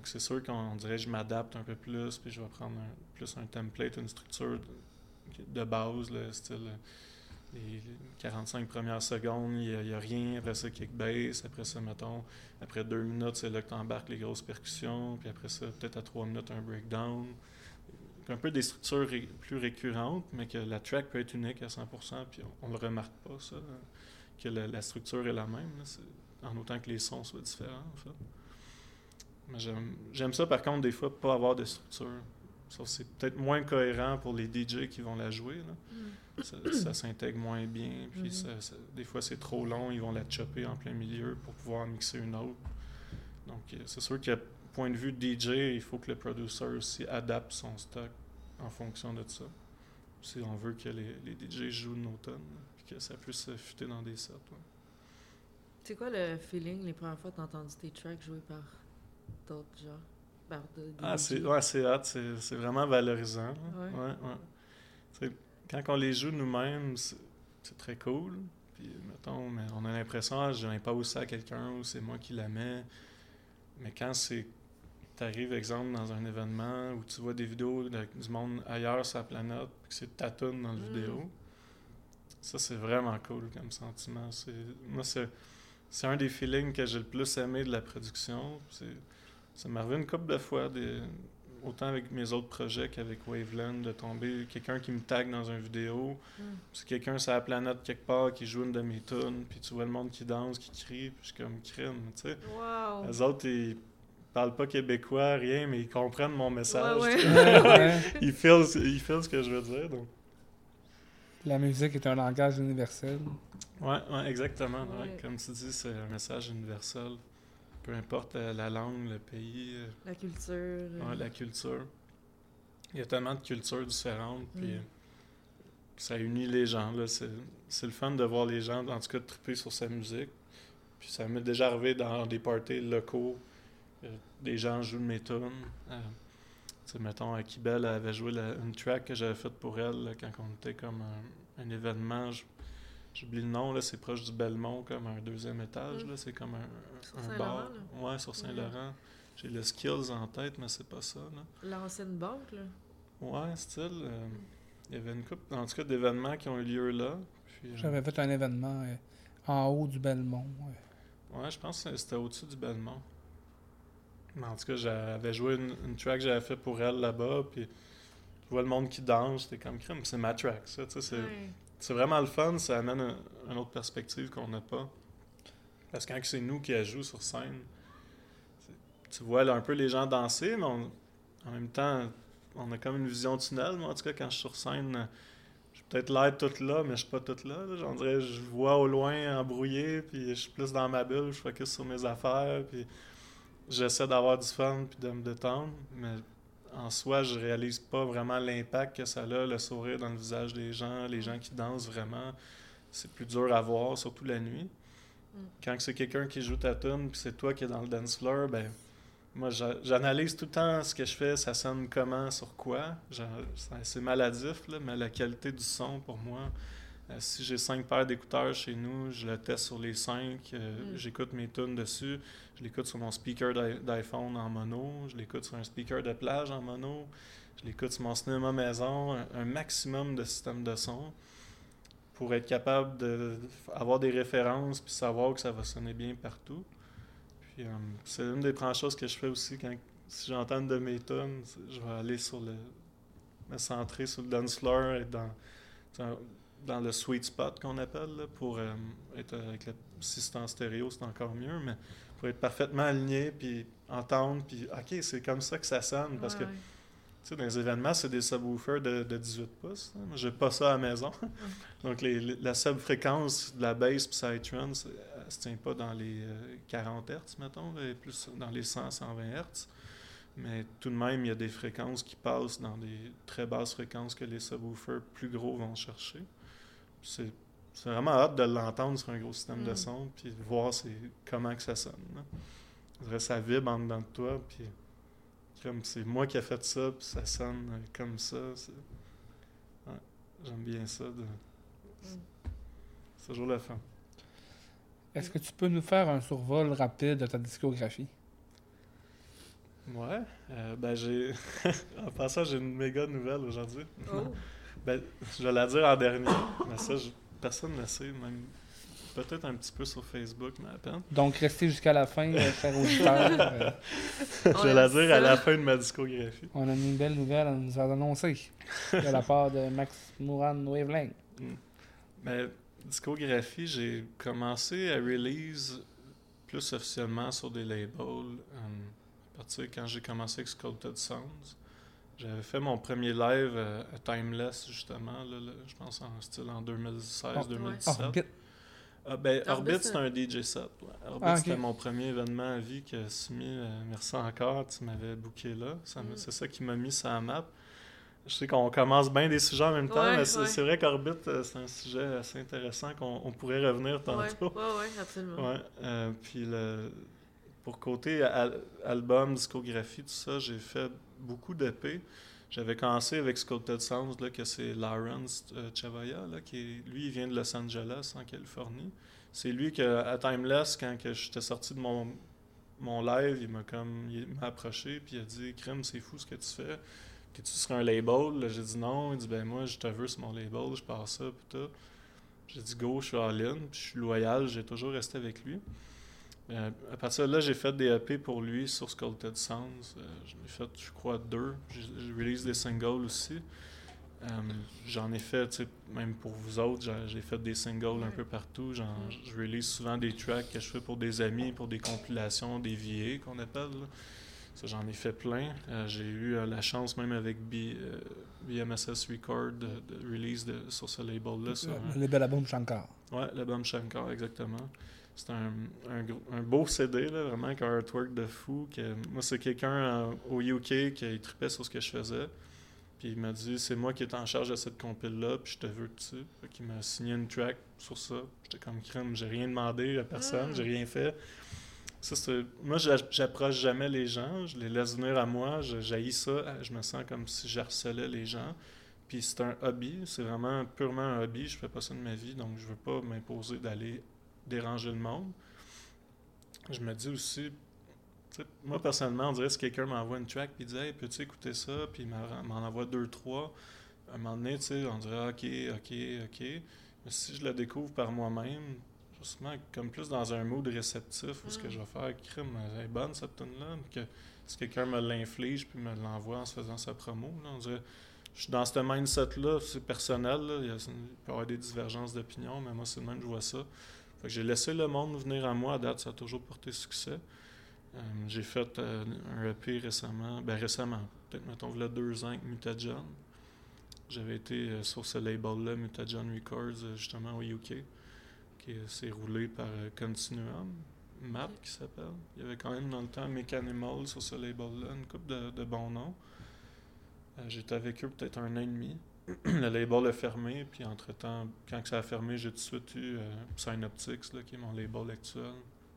Donc, c'est sûr qu'on dirait que je m'adapte un peu plus, puis je vais prendre un, plus un template, une structure de, de base, le style les, les quarante-cinq premières secondes, il n'y a, a rien, après ça, kick bass, après ça, mettons, après deux minutes, c'est là que tu embarques les grosses percussions, puis après ça, peut-être à trois minutes, un breakdown. Un peu des structures ré- plus récurrentes, mais que la track peut être unique à cent pour cent, puis on ne le remarque pas, ça, que la, la structure est la même, là, c'est, en autant que les sons soient différents, en fait. Mais j'aime, j'aime ça, par contre, des fois, pas avoir de structure. Sauf que c'est peut-être moins cohérent pour les D J qui vont la jouer, là. Mm. Ça, ça s'intègre moins bien, puis Mm-hmm. ça, ça, des fois, c'est trop long, ils vont la chopper en plein milieu pour pouvoir mixer une autre. Donc, c'est sûr qu'à point de vue D J, il faut que le producer aussi adapte son stock en fonction de ça. Si on veut que les, les D J jouent nos tonnes, puis que ça puisse fitter dans des sets. Ouais. C'est quoi le feeling les premières fois que tu as entendu tes tracks joués par d'autres gens? Par de, des Ah, D J? c'est, ouais, c'est hot, c'est, c'est vraiment valorisant. Ouais. Ouais, ouais. T'sais, quand on les joue nous-mêmes, c'est, c'est très cool. Puis, mettons, mais on a l'impression, ah, je l'impose à quelqu'un ou c'est moi qui la mets. Mais quand c'est t'arrives, exemple, dans un événement où tu vois des vidéos de, du monde ailleurs sur la planète, puis que c'est ta tune dans la Mm. vidéo, ça, c'est vraiment cool comme sentiment. C'est, moi, c'est, c'est un des feelings que j'ai le plus aimé de la production. C'est, ça m'est arrivé une couple de fois, des, autant avec mes autres projets qu'avec Waveland, de tomber quelqu'un qui me tag dans une vidéo, Mm. c'est quelqu'un sur la planète quelque part qui joue une de mes tunes, puis tu vois le monde qui danse, qui crie, puis je suis comme crime, tu sais. Wow! Les autres, ils parlent pas québécois, rien, mais ils comprennent mon message. Ouais, ouais. tu sais. Ouais, ouais. ils feel, ils feel ce que je veux dire. Donc. La musique est un langage universel. Ouais, ouais, exactement. Ouais. Ouais. Comme tu dis, c'est un message universel. Peu importe euh, la langue, le pays, euh, La culture. euh, ouais, la culture. Il y a tellement de cultures différentes, puis Mm. euh, ça unit les gens. Là. C'est, c'est le fun de voir les gens, en tout cas, triper sur sa musique. Puis ça m'est déjà arrivé dans des parties locaux. Euh, des gens jouent de mes tunes. Euh, tu sais, mettons, à Kibel, elle avait joué la- une track que j'avais faite pour elle là, quand on était comme un, un événement. Je- J'oublie le nom, là, c'est proche du Belmont, comme un deuxième étage. Mm. Là, c'est comme un, Sur un Saint-Laurent, bar. Ouais, sur Saint-Laurent. J'ai le Skills en tête, mais c'est pas ça. Là. L'ancienne banque, là. Ouais, style. euh, il y avait une couple, en tout cas, d'événements qui ont eu lieu là. Puis, euh, J'avais fait un événement euh, en haut du Belmont. ouais. Ouais, je pense que c'était au-dessus du Belmont. Mais en tout cas, j'avais joué une, une track que j'avais fait pour elle là-bas, puis je vois le monde qui danse, c'était comme crème, c'est ma track, ça, tu sais, c'est, Ouais. c'est vraiment le fun, ça amène un- une autre perspective qu'on n'a pas. Parce que quand c'est nous qui la jouons sur scène, c'est- tu vois là, un peu les gens danser, mais on- en même temps, on a comme une vision tunnel. Moi, en tout cas, quand je suis sur scène, je suis peut-être l'air toute là, mais je suis pas toute là. là. J'en dirais, je vois au loin embrouillé, puis je suis plus dans ma bulle, je focus sur mes affaires, puis j'essaie d'avoir du fun, puis de me détendre, mais en soi, je réalise pas vraiment l'impact que ça a, le sourire dans le visage des gens, les gens qui dansent vraiment. C'est plus dur à voir, surtout la nuit. Mm. Quand c'est quelqu'un qui joue ta tune, puis c'est toi qui es dans le dance floor, ben moi, j'a- j'analyse tout le temps ce que je fais, ça sonne comment, sur quoi. Genre, c'est- c'est maladif, là, mais la qualité du son, pour moi, euh, si j'ai cinq paires d'écouteurs chez nous, je le teste sur les cinq, euh, Mm. j'écoute mes tunes dessus, je l'écoute sur mon speaker d'i- d'iPhone en mono, je l'écoute sur un speaker de plage en mono, je l'écoute sur mon cinéma maison, un, un maximum de systèmes de son pour être capable d'avoir des références puis savoir que ça va sonner bien partout. Puis euh, c'est une des premières choses que je fais aussi quand si j'entends une de mes tunes, je vais aller sur le me centrer sur le dance floor, être dans, dans, dans le sweet spot qu'on appelle là, pour euh, être avec le système en stéréo, c'est encore mieux, mais pour être parfaitement aligné puis entendre puis OK, c'est comme ça que ça sonne parce que Ouais, ouais. tu sais, dans les événements, c'est des subwoofers de, de dix-huit pouces. Hein. Moi, j'ai pas ça à la maison. Donc, les, les- la sub-fréquence de la bass puis Psytrance, elle se tient pas dans les euh, quarante hertz, mettons, là, elle est plus dans les cent à cent vingt hertz. Mais tout de même, il y a des fréquences qui passent dans des très basses fréquences que les subwoofers plus gros vont chercher. Puis C'est, c'est vraiment hâte de l'entendre sur un gros système de Mm. son puis de voir c'est, comment que ça sonne. Là. Je dirais, ça vibre en dedans de toi, puis comme c'est moi qui ai fait ça, puis ça sonne euh, comme ça. C'est... Ouais, j'aime bien ça. De... Mm. C'est toujours le fun. Est-ce que tu peux nous faire un survol rapide de ta discographie? Ouais. Euh, ben, j'ai. En passant, j'ai une méga nouvelle aujourd'hui. Oh! Ben, je vais la dire en dernier, mais ça, je- personne ne le sait, même peut-être un petit peu sur Facebook, mais à peine. Donc, restez jusqu'à la fin, euh, chers auditeurs. Euh, Je vais On la aime dire ça. à la fin de ma discographie. on a une belle nouvelle à nous annoncer de la part de Max Moran Wavelength. Mm. Mais discographie, j'ai commencé à release plus officiellement sur des labels euh, à partir quand j'ai commencé avec Sculpted Sounds. J'avais fait mon premier live euh, à Timeless, justement, là, là, je pense en style en deux mille seize deux mille dix-sept. Orbit. Ah, ben, Orbit, Orbit, c'est- c'était un D J set. Ouais. Orbit, Ah, ok. c'était mon premier événement à vie que Simi, euh, merci encore, tu m'avais booké là. Ça me- Mm. C'est ça qui m'a mis sur la map. Je sais qu'on commence bien des sujets en même temps, Ouais, mais c'est ouais. c'est vrai qu'Orbit, euh, c'est un sujet assez intéressant qu'on on pourrait revenir Ouais, tantôt. ouais, ouais, absolument. Ouais, euh, puis le, pour côté al- album, discographie, tout ça, j'ai fait beaucoup d'E P. J'avais commencé avec Sculpted Sounds, là, que c'est Lawrence euh, Chavaya, là, qui est- lui, il vient de Los Angeles, en Californie. C'est lui que, à Timeless, quand que j'étais sorti de mon, mon live, il m'a comme il m'a approché, puis il a dit « Crime, c'est fou ce que tu fais. T'es-tu sur un label? » Là, j'ai dit non. Il dit « Ben moi, je te veux sur mon label, je pars ça, puis tout. » J'ai dit « Go, je suis all-in, puis je suis loyal, j'ai toujours resté avec lui. » Euh, à partir de là, j'ai fait des E P pour lui sur Sculpted Sounds. Euh, j'en ai fait, je crois, deux. J'ai j'ai release des singles aussi. Euh, j'en ai fait, tu sais, même pour vous autres, j'ai- j'ai fait des singles un peu partout. J'en- Je release souvent des tracks que je fais pour des amis, pour des compilations, des V A qu'on appelle. Là. Ça, j'en ai fait plein. Euh, j'ai eu euh, la chance, même avec B, euh, B M S S Record, de, de release de, sur ce label-là. sur un- Le bel album Shankar. Ouais, l'album Shankar, exactement. C'est un, un, gros- un beau C D, là, vraiment, avec un artwork de fou. Que, moi, c'est quelqu'un euh, au U K qui trippait sur ce que je faisais. Puis il m'a dit, c'est moi qui est en charge de cette compile-là, puis je te veux dessus. Fait qu'il m'a signé une track sur ça. J'étais comme crème, j'ai rien demandé à personne, Mm. j'ai rien fait. Ça, c'est... Moi, j'a- j'approche jamais les gens, je les laisse venir à moi, je j'haïs ça, je me sens comme si j'harcelais les gens. Puis c'est un hobby, c'est vraiment purement un hobby, je fais pas ça de ma vie, donc je veux pas m'imposer d'aller déranger le monde. Je me dis aussi, tu sais, moi personnellement, on dirait que si quelqu'un m'envoie une track puis il dit « Hey, peux-tu écouter ça? » Puis il m'en m'en envoie deux, trois. À un moment donné, tu sais, on dirait « Ok, ok, ok. » Mais si je la découvre par moi-même, justement, comme plus dans un mood réceptif, où ce que je vais faire, crime, elle est bonne cette tune-là, que si quelqu'un me l'inflige puis me l'envoie en se faisant sa promo, là, on dirait, je suis dans ce mindset-là, c'est personnel, là, il, y a, il peut y avoir des divergences d'opinion, mais moi, c'est le même que je vois ça. Fait que j'ai laissé le monde venir à moi, à date, ça a toujours porté succès. Euh, j'ai fait euh, un E P récemment, ben récemment, peut-être, mettons, il y a deux ans avec Mutagen. J'avais été euh, sur ce label-là, Mutagen Records, euh, justement au U K, qui euh, s'est roulé par euh, Continuum, Map qui s'appelle. Il y avait quand même dans le temps Mechanimal sur ce label-là, une couple de, de bons noms. Euh, j'étais avec eux peut-être un an et demi. Le label a fermé, puis entre-temps, quand ça a fermé, j'ai tout de suite eu euh, Synoptics, là, qui est mon label actuel,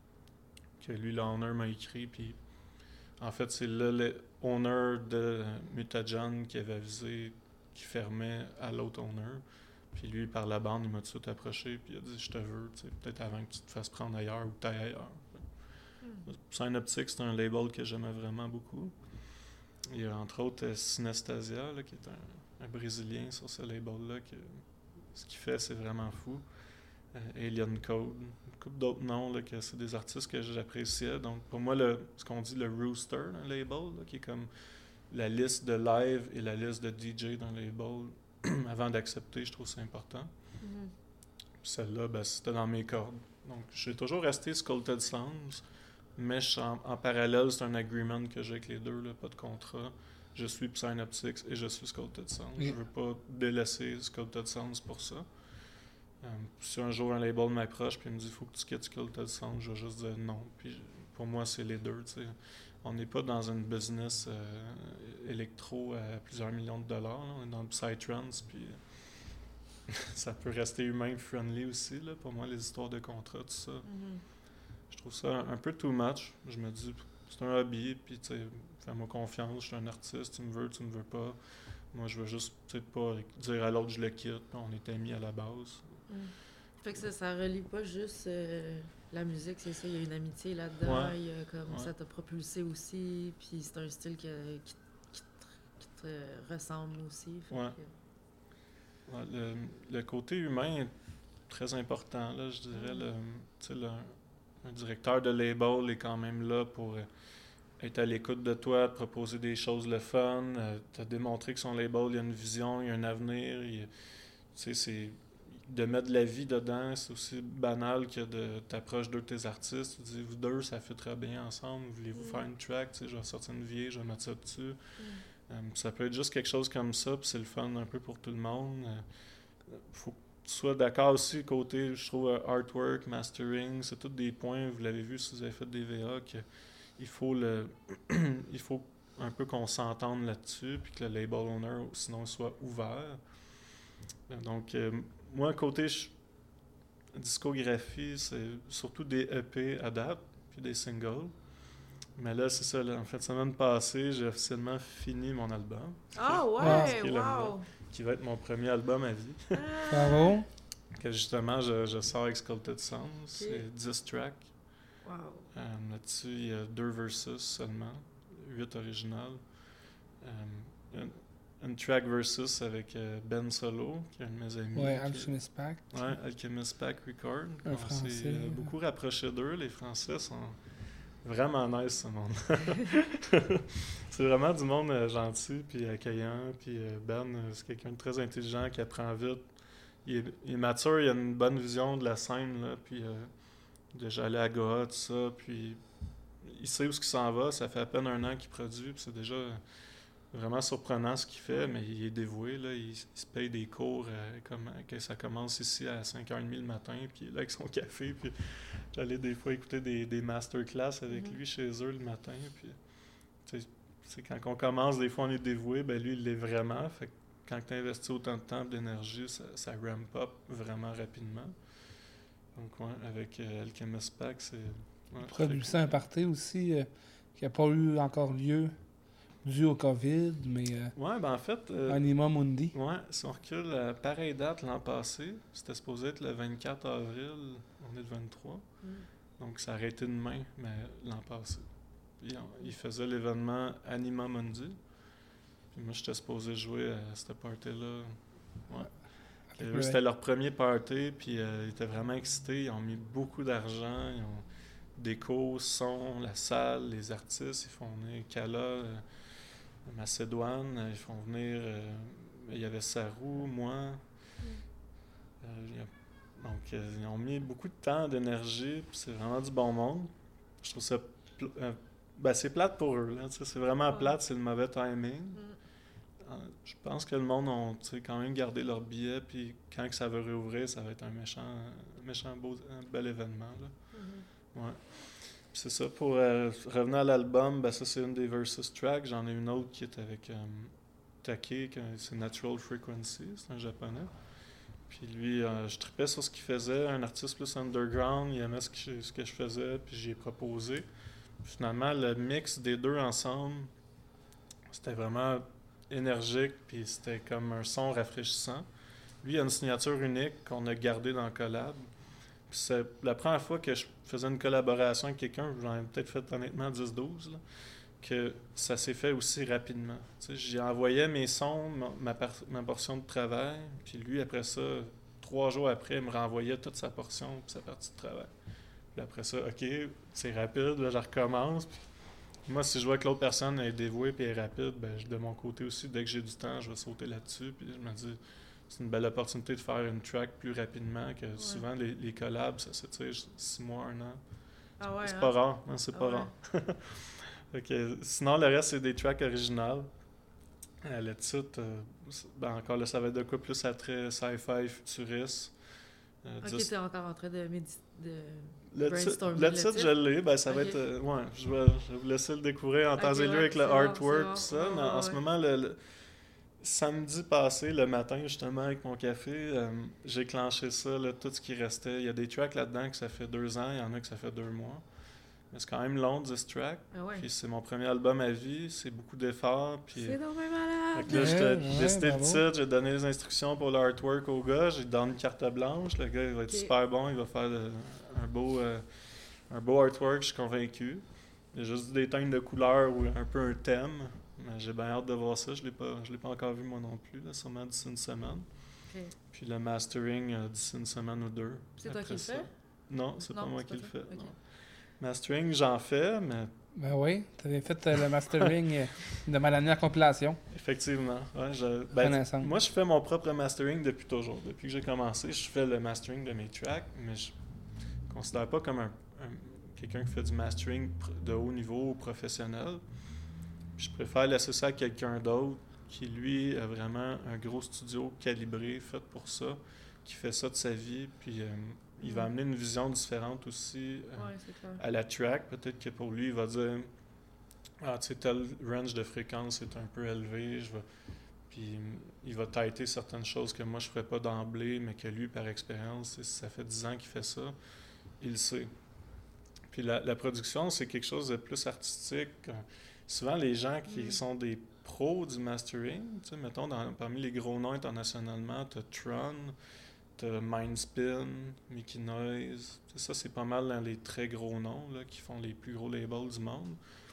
que lui, l'owner m'a écrit, puis en fait, c'est le, le owner de euh, Mutagen qui avait avisé qui fermait à l'autre owner. Puis lui, par la bande, il m'a tout de suite approché, puis il a dit « Je te veux, tu sais, peut-être avant que tu te fasses prendre ailleurs ou que tu ailles ailleurs. » Mm. Synoptics, c'est un label que j'aimais vraiment beaucoup. Il y a entre autres euh, Synesthesia, là, qui est un, un Brésilien sur ce label-là, que ce qu'il fait, c'est vraiment fou. Euh, Alien Code, une couple d'autres noms, là, que c'est des artistes que j'appréciais. Donc pour moi, le, ce qu'on dit le Rooster, un label, là, qui est comme la liste de live et la liste de D J d'un label, avant d'accepter, je trouve que c'est important. Mhm. Puis celle-là, ben, c'était dans mes cordes. Donc j'ai toujours resté Sculpted Sounds, mais je, en, en parallèle, c'est un agreement que j'ai avec les deux, là, pas de contrat. Je suis Synoptics et je suis Sculpted Sounds. Oui. Je veux pas délaisser Sculpted Sounds pour ça. Euh, si un jour un label m'approche et me dit « il faut que tu quittes Sculpted Sounds », je vais juste dire non. Puis pour moi, c'est les deux. T'sais. On n'est pas dans une business euh, électro à plusieurs millions de dollars. Là. On est dans le Psytrance, puis ça peut rester humain-friendly aussi. Là. Pour moi, les histoires de contrats, tout ça. Mhm. Je trouve ça un, un peu too much. Je me dis, c'est un hobby, puis tu sais, fais-moi confiance, je suis un artiste, tu me veux, tu me veux pas. Moi, je veux juste peut-être pas dire à l'autre, je le quitte, puis on est amis à la base. Mm. Fait que ça, ça relie pas juste euh, la musique, c'est ça. Il y a une amitié là-dedans. Ouais. Il y a comme Ouais. ça t'a propulsé aussi. Puis c'est un style que- qui, qui te, qui te ressemble aussi. Fait Ouais. que- Ouais, le, le côté humain est très important, là, je dirais. Le, tu sais, le- un directeur de label est quand même là pour euh, être à l'écoute de toi, te proposer des choses le fun, euh, te démontrer que son label, il y a une vision, il y a un avenir. il- tu sais, c'est de mettre de la vie dedans, c'est aussi banal que de t'approcher deux de tes artistes, tu dis, vous deux, ça fait très bien ensemble, voulez-vous Mm. faire une track, tu sais, je vais sortir une vieille, je vais mettre ça dessus. Mm. Euh, ça peut être juste quelque chose comme ça, puis c'est le fun un peu pour tout le monde. Euh, faut que tu sois d'accord aussi côté, je trouve, euh, artwork, mastering, c'est tous des points, vous l'avez vu si vous avez fait des V A, que il faut le il faut un peu qu'on s'entende là-dessus, puis que le label owner, sinon, soit ouvert. Euh, Donc, euh, moi, côté ch- discographie, c'est surtout des E P à date, puis des singles. Mais là, c'est ça, là, en fait, semaine passée, j'ai officiellement fini mon album, Ah Ouais. ouais, Ce qui est le wow! qui va être mon premier album à vie. Ah. Bravo. Que justement, je, je sors avec Sculpted Sounds. C'est dix tracks. Wow. Euh, là-dessus, il y a deux verses seulement, huit originales. Euh, une, une track versus avec euh, Ben Solo, qui est un de mes amis. Ouais, qui- Alchemist Pact. Ouais, Alchemist Pack Record. Un On Français. s'est euh, beaucoup rapproché d'eux. Les Français sont vraiment nice, ce monde. C'est vraiment du monde euh, gentil, puis accueillant. Puis euh, Ben, euh, c'est quelqu'un de très intelligent qui apprend vite. Il est, il est mature, il a une bonne vision de la scène, là, puis euh, déjà allé à Goa, tout ça, puis il sait où ce qu'il s'en va. Ça fait à peine un an qu'il produit, puis c'est déjà vraiment surprenant ce qu'il fait, mais il est dévoué, là. Il, il se paye des cours, euh, comme, que ça commence ici à cinq heures trente le matin, puis il est là avec son café, puis j'allais des fois écouter des, des masterclass avec Mhm. lui chez eux le matin, puis tu sais, c'est quand on commence, des fois on est dévoué, ben lui il l'est vraiment, fait que quand tu investis autant de temps et d'énergie, ça, ça ramp up vraiment rapidement. Donc ouais, avec euh, Alchemist Pack, c'est... Ouais, Produisait fait un que- party aussi euh, qui n'a pas eu encore lieu dû au COVID, mais euh, Ouais, ben en fait... euh, Anima Mundi. Ouais, si on recule à pareille date l'an passé, c'était supposé être le vingt-quatre avril, on est le vingt-trois, Mm. donc ça aurait été demain, mais l'an passé. Puis on- il faisait l'événement Anima Mundi, puis moi j'étais supposé jouer à cette party-là. Ouais. Et eux, Ouais. c'était leur premier party, puis euh, ils étaient vraiment excités, ils ont mis beaucoup d'argent, ils ont déco, son, la salle, les artistes, ils font venir Kala, euh, Macédoine, euh, ils font venir... euh, il y avait Sarou, moi. Euh, il y a- donc, euh, ils ont mis beaucoup de temps, d'énergie, puis c'est vraiment du bon monde. Je trouve ça. pl- euh, ben, c'est plate pour eux, là. Tu sais, c'est vraiment Ouais. plate, c'est le mauvais timing. Mm. Euh, je pense que le monde a tu sais, quand même gardé leur billet, puis quand que ça va réouvrir, ça va être un méchant, un méchant beau, un bel événement, là. Mhm. Ouais. Puis c'est ça, pour euh, revenir à l'album, ben ça c'est une des versus tracks. J'en ai une autre qui est avec euh, Take, que c'est Natural Frequency, c'est un japonais. Puis lui, euh, je tripais sur ce qu'il faisait, un artiste plus underground, il aimait ce que je, ce que je faisais, puis j'ai proposé. Puis finalement, le mix des deux ensemble, c'était vraiment énergique, puis c'était comme un son rafraîchissant. Lui, il a une signature unique qu'on a gardée dans le collab. Puis c'est la première fois que je faisais une collaboration avec quelqu'un, j'en ai peut-être fait honnêtement dix douze, là, que ça s'est fait aussi rapidement. Tu sais, j'y envoyais mes sons, ma, ma, par- ma portion de travail, puis lui, après ça, trois jours après, il me renvoyait toute sa portion puis sa partie de travail. Puis après ça, OK, c'est rapide, là, je recommence. Puis moi, si je vois que l'autre personne est dévouée et est rapide, ben, je- de mon côté aussi, dès que j'ai du temps, je vais sauter là-dessus. Puis je me dis, c'est une belle opportunité de faire une track plus rapidement, que souvent les, les collabs, ça s'étire six mois, un an. Ah ouais, C'est hein? pas rare, hein, c'est Ah pas ouais. rare. Ok, sinon, le reste, c'est des tracks originales. Euh, le titre, euh, c'est- ben, encore là, ça va être de quoi plus attrait sci-fi, futuriste. Euh, Ok, dix- t'es encore en train de méditer. De... le, ti- brainstormer le le titre, titre. je l'ai. Ben, ça va Ok. être. euh, ouais, je vais, je vais vous laisser le découvrir en temps Ok, et lieu ouais, avec le c'est bon, artwork, c'est tout ça. bon. Mais Ouais, en ouais, ce ouais. moment, le, le- samedi passé, le matin, justement, avec mon café, euh, j'ai clenché ça, là, tout ce qui restait. Il y a des tracks là-dedans que ça fait deux ans, il y en a que ça fait deux mois. Mais c'est quand même long, dix tracks. Ah ouais. Puis c'est mon premier album à vie, c'est beaucoup d'efforts. Puis C'est donc bien fait malade! que là, j'ai Ouais, décidé ouais, le bravo. titre, j'ai donné les instructions pour l'artwork au gars, j'ai donné une carte blanche, le gars il va être Ok. super bon, il va faire le- un, beau, euh, un beau artwork, je suis convaincu. Il y a juste des teintes de couleurs ou un peu un thème, mais j'ai bien hâte de voir ça, je l'ai pas, je l'ai pas encore vu moi non plus, là, sûrement d'ici une semaine. Ok. Puis le mastering euh, d'ici une semaine ou deux. C'est toi après qui le ça. fais? Non, c'est pas Non, moi c'est qui pas le toi? fais. Ok. non. Mastering, j'en fais, mais Ben oui, tu avais fait euh, le mastering euh, de ma dernière compilation. effectivement. Ouais, je, ben, Connaissance. moi, je fais mon propre mastering depuis toujours. Depuis que j'ai commencé, je fais le mastering de mes tracks, mais je ne considère pas comme un, un- quelqu'un qui fait du mastering pr- de haut niveau ou professionnel. Puis je préfère laisser ça à quelqu'un d'autre qui, lui, a vraiment un gros studio calibré, fait pour ça, qui fait ça de sa vie, puis euh, il va Mm. amener une vision différente aussi euh, Ouais, c'est clair. à la track. Peut-être que pour lui, il va dire ah, tu sais, tel range de fréquence est un peu élevé, je vais... Puis il va tâter certaines choses que moi je ferais pas d'emblée, mais que lui, par expérience, si ça fait dix ans qu'il fait ça, il le sait. Puis la, la production, c'est quelque chose de plus artistique. Euh, Souvent, les gens qui Mm. sont des pros du mastering, tu sais, mettons, dans, parmi les gros noms internationalement, tu as Tron, tu as Mindspin, Mickey Noise. Tu sais, ça, c'est pas mal dans les très gros noms là, qui font les plus gros labels du monde.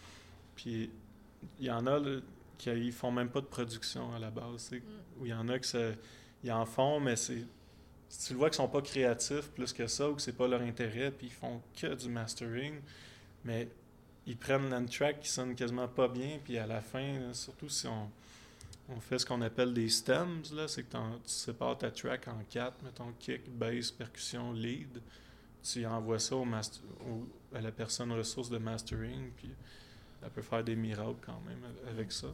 Puis il y en a là, qui ils font même pas de production à la base. Tu sais, Mm. où il y en a qui ça- ils en font, mais c'est si tu le vois qu'ils sont pas créatifs plus que ça ou que c'est pas leur intérêt, puis ils font que du mastering, mais ils prennent une track qui sonne quasiment pas bien, puis à la fin, là, surtout si on, on fait ce qu'on appelle des stems, là, c'est que t'en- tu sépares ta track en quatre, mettons kick, bass, percussion, lead, tu envoies ça au master, au- à la personne ressource de mastering, puis elle peut faire des miracles quand même avec ça.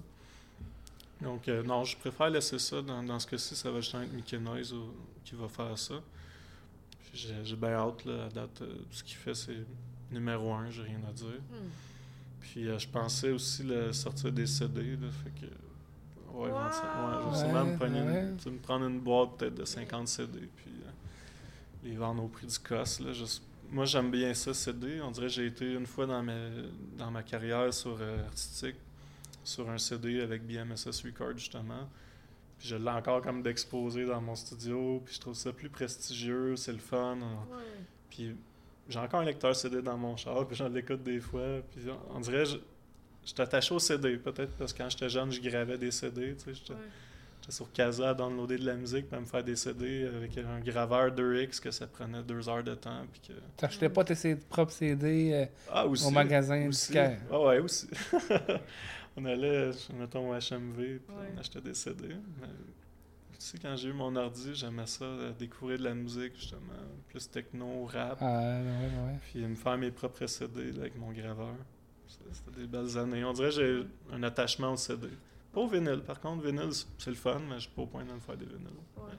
Donc, euh, non, je préfère laisser ça. Dans, dans ce cas-ci, ça va juste être Mickey Noise ou- qui va faire ça. Puis J'ai, j'ai bien hâte, là, à date. euh, ce qu'il fait, c'est numéro un, j'ai rien à dire. Hmm. Puis euh, je pensais aussi le sortir des C D, là, fait que... Ouais, Wow! éventuellement, ouais, je vais Ouais, sûrement me, pogner ouais. une- tu sais, me prendre une boîte peut-être de cinquante C D, puis euh, les vendre au prix du cost, là. Je- moi, j'aime bien ça, C D. On dirait que j'ai été une fois dans ma, dans ma carrière sur euh, artistique, sur un C D avec B M S S Record, justement. Puis je l'ai encore comme d'exposer dans mon studio, puis je trouve ça plus prestigieux, c'est le fun. on- Ouais. Puis j'ai encore un lecteur C D dans mon char, puis j'en l'écoute des fois. Puis on, on dirait, je, je t'attache au C D, peut-être parce que quand j'étais jeune, je gravais des C D, tu sais, j'étais Ouais. j'étais sur Casa à downloader de la musique, puis à me faire des C D avec un graveur deux X que ça prenait deux heures de temps, puis que... T'achetais pas tes C- propres C D euh, Ah, aussi. au magasin aussi. disquaire. Ah ouais, aussi. On allait, mettons, au H M V, puis Ouais. on achetait des C D. Mais, tu sais, quand j'ai eu mon ordi, j'aimais ça, euh, découvrir de la musique, justement, plus techno, rap, Ah, ouais, ouais. puis me faire mes propres C D là, avec mon graveur. C'était c'était des belles années. On dirait que j'ai un attachement au C D. Pas au vinyle, par contre, vinyle, c'est c'est le fun, mais je suis pas au point de me faire des vinyles. Ouais.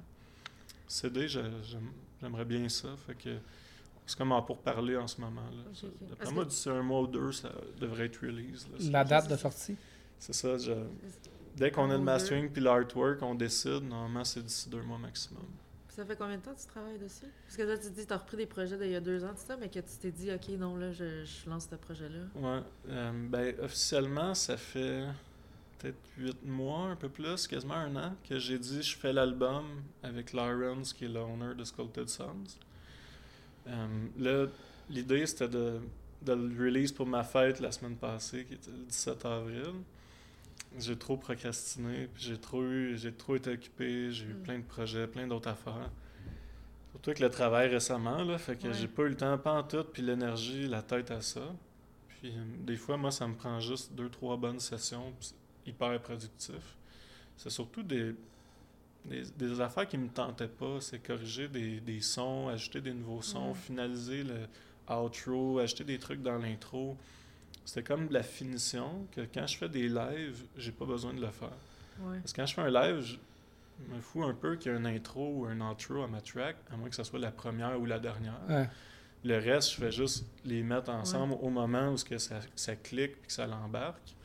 C D, je- j'aime- j'aimerais bien ça, fait que c'est comme en pourparler en ce moment. Là. Ok, Ça- ok. D'après Parce moi, que- d'ici un mois ou deux, ça devrait être release. Là. La C'est- date de sortie. C'est ça, je- dès qu'on a Un le ou mastering puis l'artwork, on décide. Normalement, c'est d'ici deux mois maximum. Ça fait combien de temps que tu travailles dessus? Parce que là, tu dis que tu as repris des projets d'il y a deux ans, tout ça, mais que tu t'es dit, OK, non, là, je, je lance ce projet-là. Ouais. euh, ben, officiellement, ça fait peut-être huit mois, un peu plus, quasiment un an, que j'ai dit je fais l'album avec Lawrence, qui est l'owner de Sculpted Sons. Euh, là, l'idée, c'était de, de le release pour ma fête la semaine passée, qui était le dix-sept avril. J'ai trop procrastiné, puis j'ai trop eu, j'ai trop été occupé, j'ai eu Mm. plein de projets, plein d'autres affaires. Surtout avec le travail récemment, là, fait que Ouais. j'ai pas eu le temps, pas en tout, puis l'énergie, la tête à ça. Puis euh, des fois, moi, ça me prend juste deux, trois bonnes sessions, puis c'est hyper productif. C'est surtout des, des, des affaires qui me tentaient pas, c'est corriger des, des sons, ajouter des nouveaux sons, Ouais. finaliser le outro, ajouter des trucs dans l'intro. C'était comme de la finition que quand je fais des lives, j'ai pas besoin de le faire. Ouais. Parce que quand je fais un live, je me fous un peu qu'il y ait un intro ou un outro à ma track, à moins que ce soit la première ou la dernière. Ouais. Le reste, je fais juste les mettre ensemble au moment où ce que ça, ça clique et que ça l'embarque.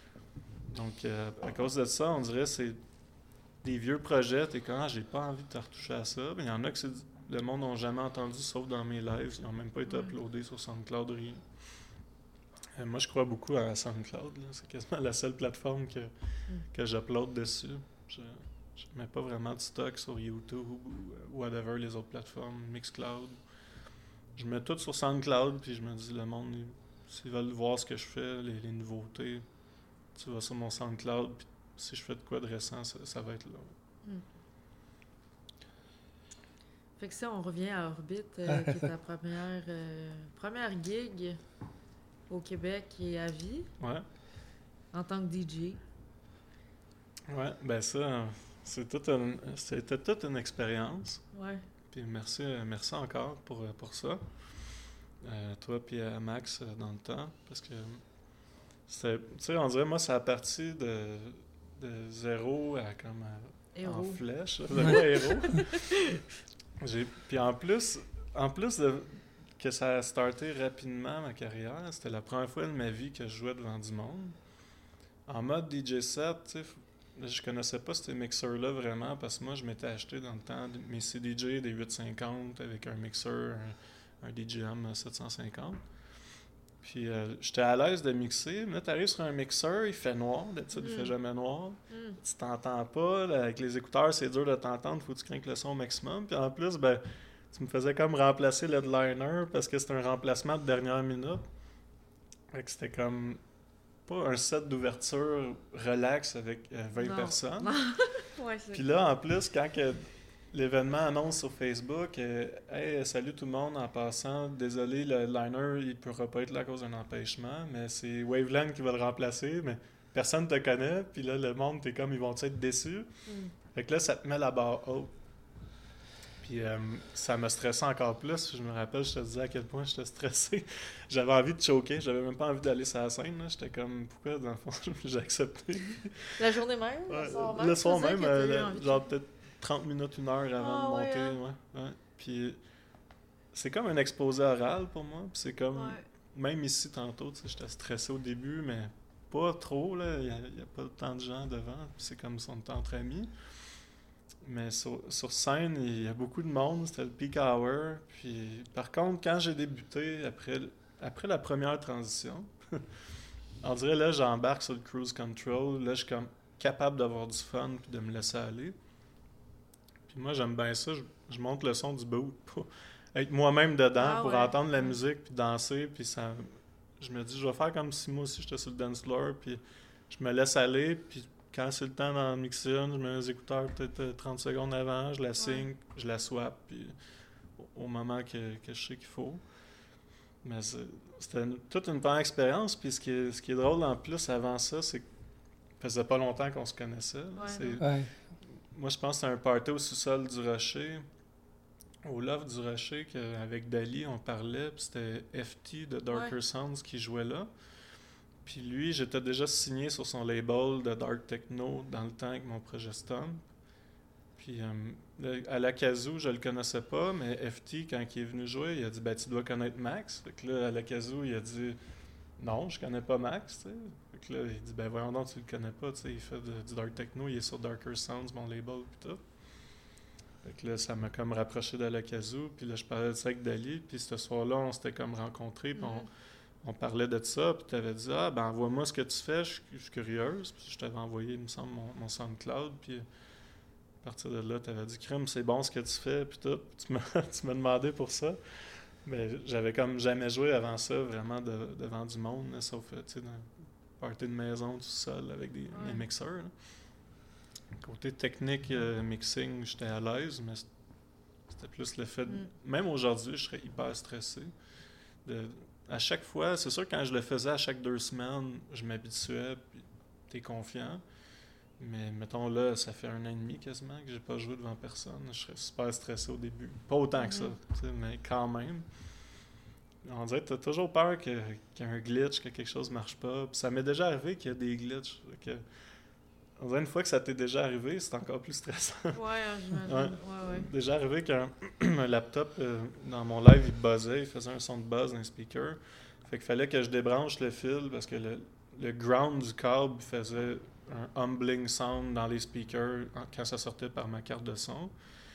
Donc, euh, à cause de ça, on dirait que c'est des vieux projets. T'es comme, ah, j'ai pas envie de te retoucher à ça. Mais il y en a que c'est du- le monde n'a jamais entendu, sauf dans mes lives. Ils n'ont même pas été Ouais. uploadés sur SoundCloud. Rien. Euh, moi, je crois beaucoup à SoundCloud. Là. C'est quasiment la seule plateforme que, Mm. que j'upload dessus. Je ne mets pas vraiment de stock sur YouTube ou whatever, les autres plateformes, Mixcloud. Je mets tout sur SoundCloud, puis je me dis, le monde, ils- s'ils veulent voir ce que je fais, les, les nouveautés, tu vas sur mon SoundCloud, puis si je fais de quoi de récent, ça, ça va être là. Mm. Fait que ça, on revient à Orbit, euh, qui est ta première, euh, première gig au Québec et à vie, Ouais, en tant que D J. ouais, ben ça, c'est toute une, c'était toute une expérience. Ouais. Puis merci, euh, merci encore pour, euh, pour ça. Euh, toi puis à Max euh, dans le temps, parce que c'était, tu sais, on dirait, moi, ça a parti de, de zéro à comme à- en Héros. flèche, de quoi héros. J'ai, puis en plus, en plus de, que ça a starté rapidement ma carrière, c'était la première fois de ma vie que je jouais devant du monde. En mode D J set, tu sais, là, je connaissais pas ces mixeurs-là vraiment parce que moi, je m'étais acheté dans le temps de- mes C D J des huit cent cinquante avec un mixeur, un, un D J M sept cent cinquante. Puis euh, j'étais à l'aise de mixer. Mais là, t'arrives sur un mixeur, il fait noir. D'habitude, il Mm. fait jamais noir. Mm. Tu t'entends pas. Là, avec les écouteurs, c'est dur de t'entendre. Faut que tu craignes le son au maximum. Puis en plus, ben, tu me faisais comme remplacer l'headliner parce que c'était un remplacement de dernière minute. Fait que c'était comme pas un set d'ouverture relax avec euh, vingt Non. personnes. Ouais, c'est Puis là, en plus, quand que l'événement annonce sur Facebook, euh, hey, salut tout le monde, en passant, désolé, le liner, il pourra pas être là à cause d'un empêchement, mais c'est Waveland qui va le remplacer, mais personne te connaît, puis là, le monde, t'es comme, ils vont être déçus. Mm. Fait que là, ça te met la barre haute. Puis euh, ça m'a stressé encore plus. Je me rappelle, je te disais à quel point j'étais stressé. J'avais envie de choquer, j'avais même pas envie d'aller sur la scène. Là. J'étais comme, pourquoi, dans le fond, j'ai accepté. La journée même? Ouais, le soir même? le soir tu faisais même, que t'as euh, eu le- envie de genre choquer? peut-être trente minutes, une heure avant Ah, de ouais, monter. hein? Ouais, ouais. Puis c'est comme un exposé oral pour moi. Puis c'est comme, Ouais. même ici tantôt, tu sais, j'étais stressé au début, mais pas trop. Là. Il n'y a, il y a pas tant de gens devant. Puis c'est comme si on était entre amis. Mais sur, sur scène, il y a beaucoup de monde. C'était le peak hour. Puis par contre, quand j'ai débuté, après, après la première transition, on dirait là, j'embarque sur le cruise control. Là, je suis comme capable d'avoir du fun puis de me laisser aller. Puis moi, j'aime bien ça. Je, je monte le son du boot pour être moi-même dedans, Ah pour ouais. entendre la Ouais. musique puis danser. Puis ça, je me dis, je vais faire comme si moi aussi j'étais sur le dance floor. Puis je me laisse aller. Puis quand c'est le temps d'en mixer une, je mets les écouteurs peut-être euh, trente secondes avant, je la sync, je la swap. Puis au, au moment que, que je sais qu'il faut. Mais c'est- c'était une- toute une bonne expérience. Puis ce qui, est, ce qui est drôle en plus avant ça, c'est que ça faisait pas longtemps qu'on se connaissait. là. Ouais, C'est- non. Ouais. moi, je pense que c'était un party au sous-sol du Rocher, au loft du Rocher, que, avec Dali, on parlait. Puis c'était F T de Darker Ouais. Sounds qui jouait là. Puis lui, j'étais déjà signé sur son label de Dark Techno dans le temps avec mon projet Stomp. Puis euh, là, à la Kazoo, je le connaissais pas, mais F T, quand il est venu jouer, il a dit ben, tu dois connaître Max. Fait que là, à la Kazoo, il a dit non, je connais pas Max. T'sais. Fait que là, il dit ben voyons donc, tu le connais pas. T'sais. Il fait de- du Dark Techno, il est sur Darker Sounds, mon label, puis tout. Fait que là, ça m'a comme rapproché de la Kazoo. Puis là, je parlais de ça avec Dali. Puis ce soir-là, on s'était comme rencontrés. Puis on, Mhm. on parlait de ça, puis tu avais dit ah ben envoie-moi ce que tu fais, je suis- je suis curieuse, puis je t'avais envoyé, il me semble, mon, mon SoundCloud, puis à partir de là, tu avais dit crème, c'est bon ce que tu fais, puis tout, puis tu m'as tu m'as demandé pour ça. Mais j'avais comme jamais joué avant ça, vraiment de- devant du monde, là, sauf euh, tu sais, dans un party de maison tout seul avec des, Ouais. mes mixeurs. là. Côté technique, euh, mixing, j'étais à l'aise, mais c'était plus le fait. de- Mm. Même aujourd'hui, je serais hyper stressé. De, à chaque fois, c'est sûr, quand je le faisais à chaque deux semaines, je m'habituais, puis t'es confiant. Mais mettons là, ça fait un an et demi quasiment que j'ai pas joué devant personne. Je serais super stressé au début. Pas autant que ça, Mhm. tu sais, mais quand même. On dirait que t'as toujours peur que- qu'il y ait un glitch, que quelque chose marche pas. Puis ça m'est déjà arrivé qu'il y a des glitches. Que, on dirait une fois que ça t'est déjà arrivé, c'est encore plus stressant. Ouais, hein, j'imagine. Ouais. Ouais, ouais. Déjà arrivé qu'un un laptop, euh, dans mon live, il buzzait, il faisait un son de buzz dans le speaker. Fait qu'il fallait que je débranche le fil parce que le, le ground du câble faisait un humbling sound dans les speakers en- quand ça sortait par ma carte de son.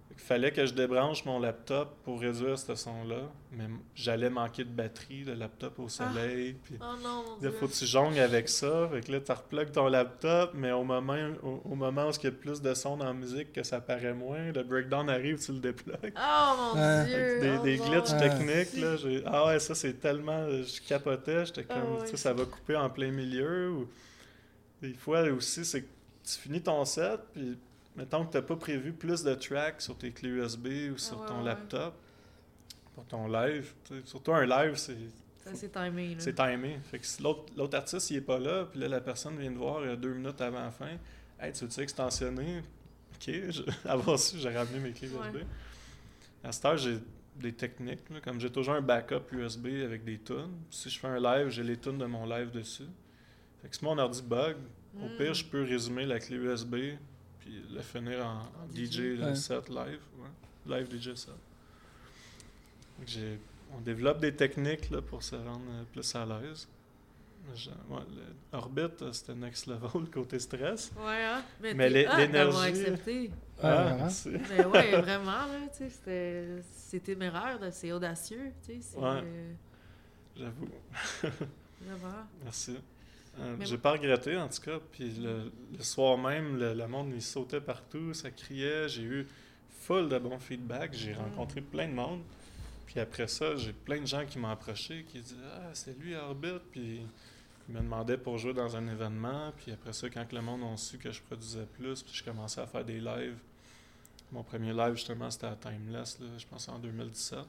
Il fallait que je débranche mon laptop pour réduire ce son-là, mais m- j'allais manquer de batterie, le laptop au soleil, puis Oh non, mon là, Dieu. faut que tu jongles avec ça, fait que là, tu replugues ton laptop, mais au moment, au, au moment où il y a plus de son dans la musique que ça paraît moins, le breakdown arrive, tu le déplugues. Oh mon Ah. Fait Dieu. que Des, oh des non. glitches Ah. techniques, là, j'ai... Ah ouais, ça, c'est tellement... Je capotais, j'étais Ah comme, ouais, tu sais, ça c'est- va couper en plein milieu, ou... Des fois, aussi, c'est que tu finis ton set, puis mettons que t'as pas prévu plus de tracks sur tes clés U S B ou sur ouais, ton ouais. laptop, pour ton live, tu sais, surtout un live, c'est... Ça, c'est timé, là. C'est timé. Fait que si l'autre, l'autre artiste, il est pas là, puis là, la personne vient de voir euh, deux minutes avant la fin. Hey, tu veux-tu extensionner? Ok, je... avant ça, j'ai ramené mes clés U S B. Ouais. À cette heure, j'ai des techniques, là, comme j'ai toujours un backup U S B avec des tunes. Si je fais un live, j'ai les tunes de mon live dessus. Fait que si mon ordi bug, au Mm. pire, je peux résumer la clé U S B, puis le finir en, en D J, D J. le Ouais. set live. Ouais. Live D J set. Fait que j'ai... On développe des techniques là, pour se rendre euh, plus à l'aise. Je- ouais, le- Orbit, euh, c'était next level côté stress. Ouais, hein? Mais, Mais t'es l'é- hot d'avoir l'énergie- accepté. Ouais, vraiment. merci. Mais ouais, vraiment, là, tu sais, c'était... c'est téméraire, là, c'est audacieux, tu sais, c'est... Ouais. euh, J'avoue. Vraiment. Merci. Euh, Mais j'ai moi- pas regretté en tout cas. Puis le, le soir même, le, le monde il sautait partout, ça criait. J'ai eu full de bons feedback. J'ai Mm. rencontré plein de monde. Puis après ça, j'ai plein de gens qui m'ont approché, qui disaient ah c'est lui Orbit. Puis ils me demandaient pour jouer dans un événement. Puis après ça, quand le monde a su que je produisais plus, puis je commençais à faire des lives. Mon premier live justement c'était à Timeless, là, je pense en deux mille dix-sept.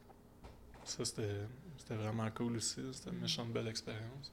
Ça c'était c'était vraiment cool aussi. C'était une méchante belle expérience.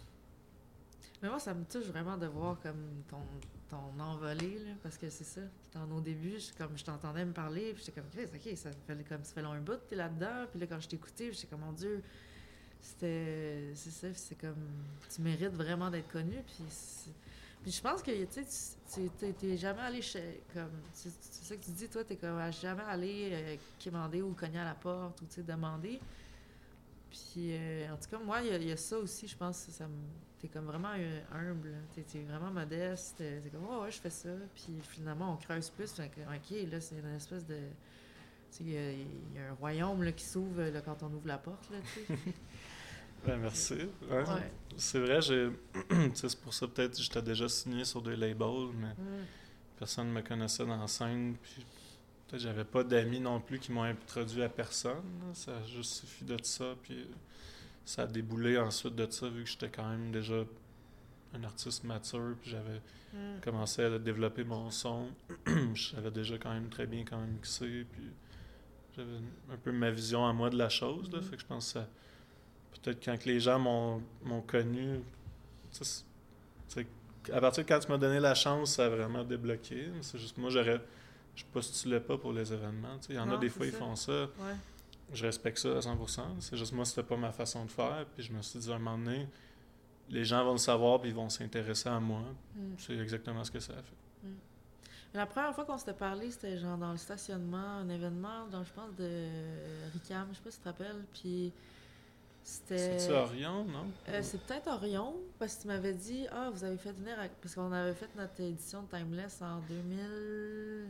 Mais moi, ça me touche vraiment de voir comme ton, ton envolée, là, parce que c'est ça. Dans au début, je, comme je t'entendais me parler, puis j'étais comme, Chris, ok, ça fait comme ça fait long un bout que t'es là-dedans. Puis là, quand je t'écoutais, j'étais comme, mon Dieu, c'était, c'est ça, c'est comme, tu mérites vraiment d'être connu. Puis, c'est- puis je pense que, tu sais, tu tu- t'es- t'es jamais allé chez, comme, c'est c'est ça que tu dis, toi, t'es comme jamais allé euh, quémander ou cogner à la porte ou, tu sais, demander. Puis, euh, en tout cas, moi, il y, a- il y a ça aussi, je pense, ça me... T'es comme vraiment euh, humble, t'es, t'es vraiment modeste, t'es t'es comme « Oh ouais, je fais ça », puis finalement, on creuse plus, fait que, OK, là, c'est une espèce de... Tu sais, il y, a- il y a un royaume là, qui s'ouvre là, quand on ouvre la porte, là, tu sais. Ben, merci. Ouais. Ouais. C'est vrai, j'ai. Tu sais, c'est pour ça peut-être que j'étais déjà signé sur des labels, mais Mm. personne ne me connaissait dans la scène. Puis peut-être j'avais pas d'amis non plus qui m'ont introduit à personne. Là. Ça a juste suffi de ça. Puis ça a déboulé ensuite de ça, vu que j'étais quand même déjà un artiste mature. Puis j'avais Mm. commencé à développer mon son. Je savais déjà quand même très bien quand même mixer. Puis j'avais un peu ma vision à moi de la chose. Là. Mhm. Fait que je pense que ça. Peut-être quand que les gens m'ont, m'ont connu, tu sais, c'est- c'est- à partir de quand tu m'as donné la chance, ça a vraiment débloqué. C'est juste moi, j'aurais, je postulais pas pour les événements. tu sais. Il y en a Non, des c'est fois, ils ça. font ça. Ouais. Je respecte ça à cent pour cent. C'est juste moi, c'était pas ma façon de faire. Puis je me suis dit, à un moment donné, les gens vont le savoir puis ils vont s'intéresser à moi. Mm. C'est exactement ce que ça a fait. Mais la première fois qu'on s'était parlé, c'était genre dans le stationnement, un événement, dans, je pense, de Ricam, je sais pas si tu te rappelles, puis c'était... C'est-tu Orion, non? Euh, c'est peut-être Orion, parce que tu m'avais dit, ah, vous avez fait venir, à... parce qu'on avait fait notre édition de Timeless en deux mille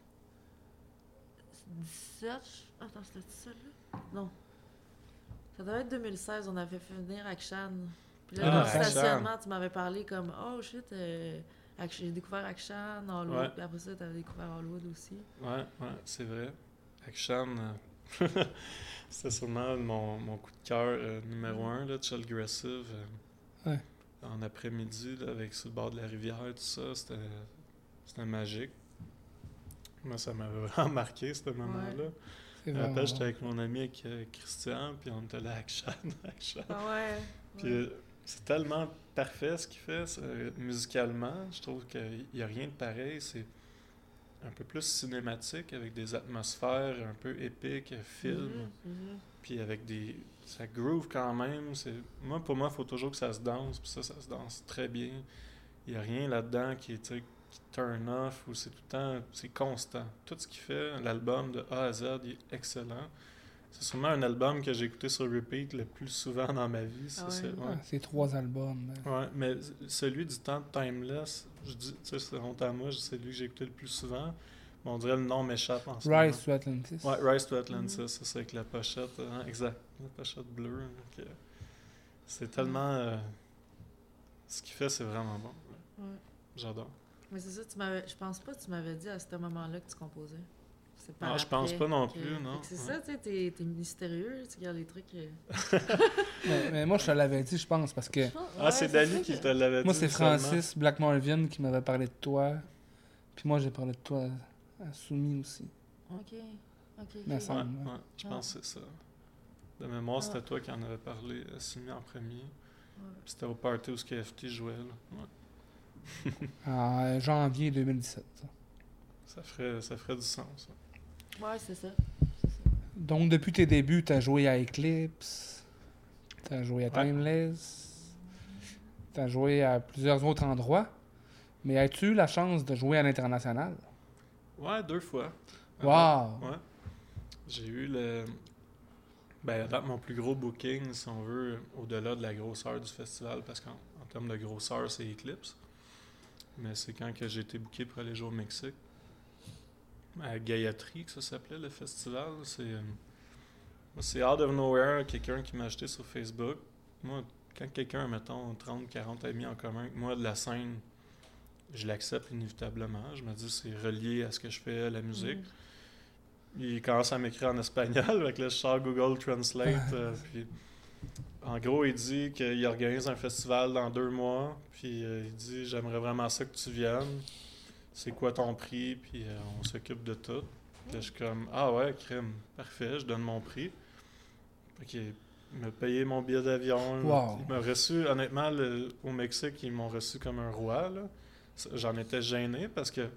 dix-sept. je- Attends, c'était ça là? Non. Ça devait être deux mille seize, on avait fait venir Akshan. Puis là, Ah, dans le Akshan. stationnement, tu m'avais parlé comme, oh shit, euh, Ak- j'ai découvert Akshan, Hollywood, Ouais. puis après ça, tu avais découvert Hollywood aussi. Ouais, ouais, c'est vrai. Action, euh, c'était sûrement mon, mon coup de cœur euh, numéro un, là, Chillgressive. Euh, Ouais. En après-midi, là, avec sur le bord de la rivière, tout ça, c'était, c'était magique. Moi, ça m'avait vraiment marqué, ce moment-là. C'est Je me vraiment rappelle, j'étais bon. avec mon ami avec, euh, Christian, puis on était là, Action, Action. Ah ouais. Puis euh, c'est tellement parfait ce qu'il fait, ça, euh, musicalement. Je trouve qu'il n'y a rien de pareil. C'est un peu plus cinématique, avec des atmosphères un peu épiques, film. Mhm, mhm. Puis avec des... Ça groove quand même. C'est... Moi, pour moi, il faut toujours que ça se danse. Puis ça, ça se danse très bien. Il n'y a rien là-dedans qui est, tu sais, qui turn off, ou c'est tout le temps... C'est constant. Tout ce qu'il fait, l'album de A à Z, il est excellent. C'est sûrement un album que j'ai écouté sur repeat le plus souvent dans ma vie. Ça, Ah ouais? c'est, Ah, c'est trois albums. hein. Ouais, mais celui du temps de Timeless, je dis, tu sais, c'est honte à moi, c'est celui que j'ai écouté le plus souvent. Bon, on dirait le nom m'échappe en ce moment. Rise to Atlantis. Ouais, Rise to Atlantis, mm-hmm. c'est ça, avec la pochette. Hein, exact, la pochette bleue. Donc, euh, c'est tellement... Euh, ce qu'il fait, c'est vraiment bon. Ouais. J'adore. Mais c'est ça, tu m'avais, je pense pas que tu m'avais dit à ce moment-là que tu composais. C'est pas non, je pense pas non que, plus, non. C'est ouais. ça, tu sais, t'es, t'es mystérieux, tu regardes les trucs... Euh... mais, mais moi, je te l'avais dit, je pense, parce que... Ouais, ah, c'est, c'est Dani qui que... te l'avait moi, dit. Moi, c'est Francis Black Marvin qui m'avait parlé de toi. Puis moi, j'ai parlé de toi à Soumi aussi. OK. OK, OK. Ouais, ouais, ouais, je pense que c'est ça. De mémoire, ah. c'était toi qui en avais parlé à Soumi en premier. Ouais. Puis c'était au party où K F T jouait, là. Ouais. En janvier deux mille dix-sept. Ça, ça, ferait, ça ferait du sens, ça. Ouais, c'est ça. c'est ça. Donc, depuis tes débuts, tu as joué à Eclipse, tu as joué à Timeless, tu as joué à plusieurs autres endroits. Mais as-tu eu la chance de jouer à l'international? Ouais, deux fois. Wow! Ouais. J'ai eu le... Ben, mon plus gros booking, si on veut, au-delà de la grosseur du festival, parce qu'en en termes de grosseur, c'est Eclipse. Mais c'est quand que j'ai été booké pour aller jouer au Mexique. À Gayatri, que ça s'appelait, le festival. C'est, euh, c'est out of nowhere, quelqu'un qui m'a acheté sur Facebook. Moi, quand quelqu'un, mettons, trente, quarante amis en commun, moi, de la scène, je l'accepte inévitablement. Je me dis, c'est relié à ce que je fais, à la musique. Mm. Il commence à m'écrire en espagnol, avec le sors Google Translate. euh, puis, en gros, il dit qu'il organise un festival dans deux mois. Puis euh, il dit, j'aimerais vraiment ça que tu viennes. C'est quoi ton prix? Puis euh, on s'occupe de tout. Puis là, je suis comme, ah ouais, crème, parfait, je donne mon prix. Puis il m'a payé mon billet d'avion. Wow. Il m'a reçu, honnêtement, le, au Mexique, ils m'ont reçu comme un roi, là. J'en étais gêné parce que, tu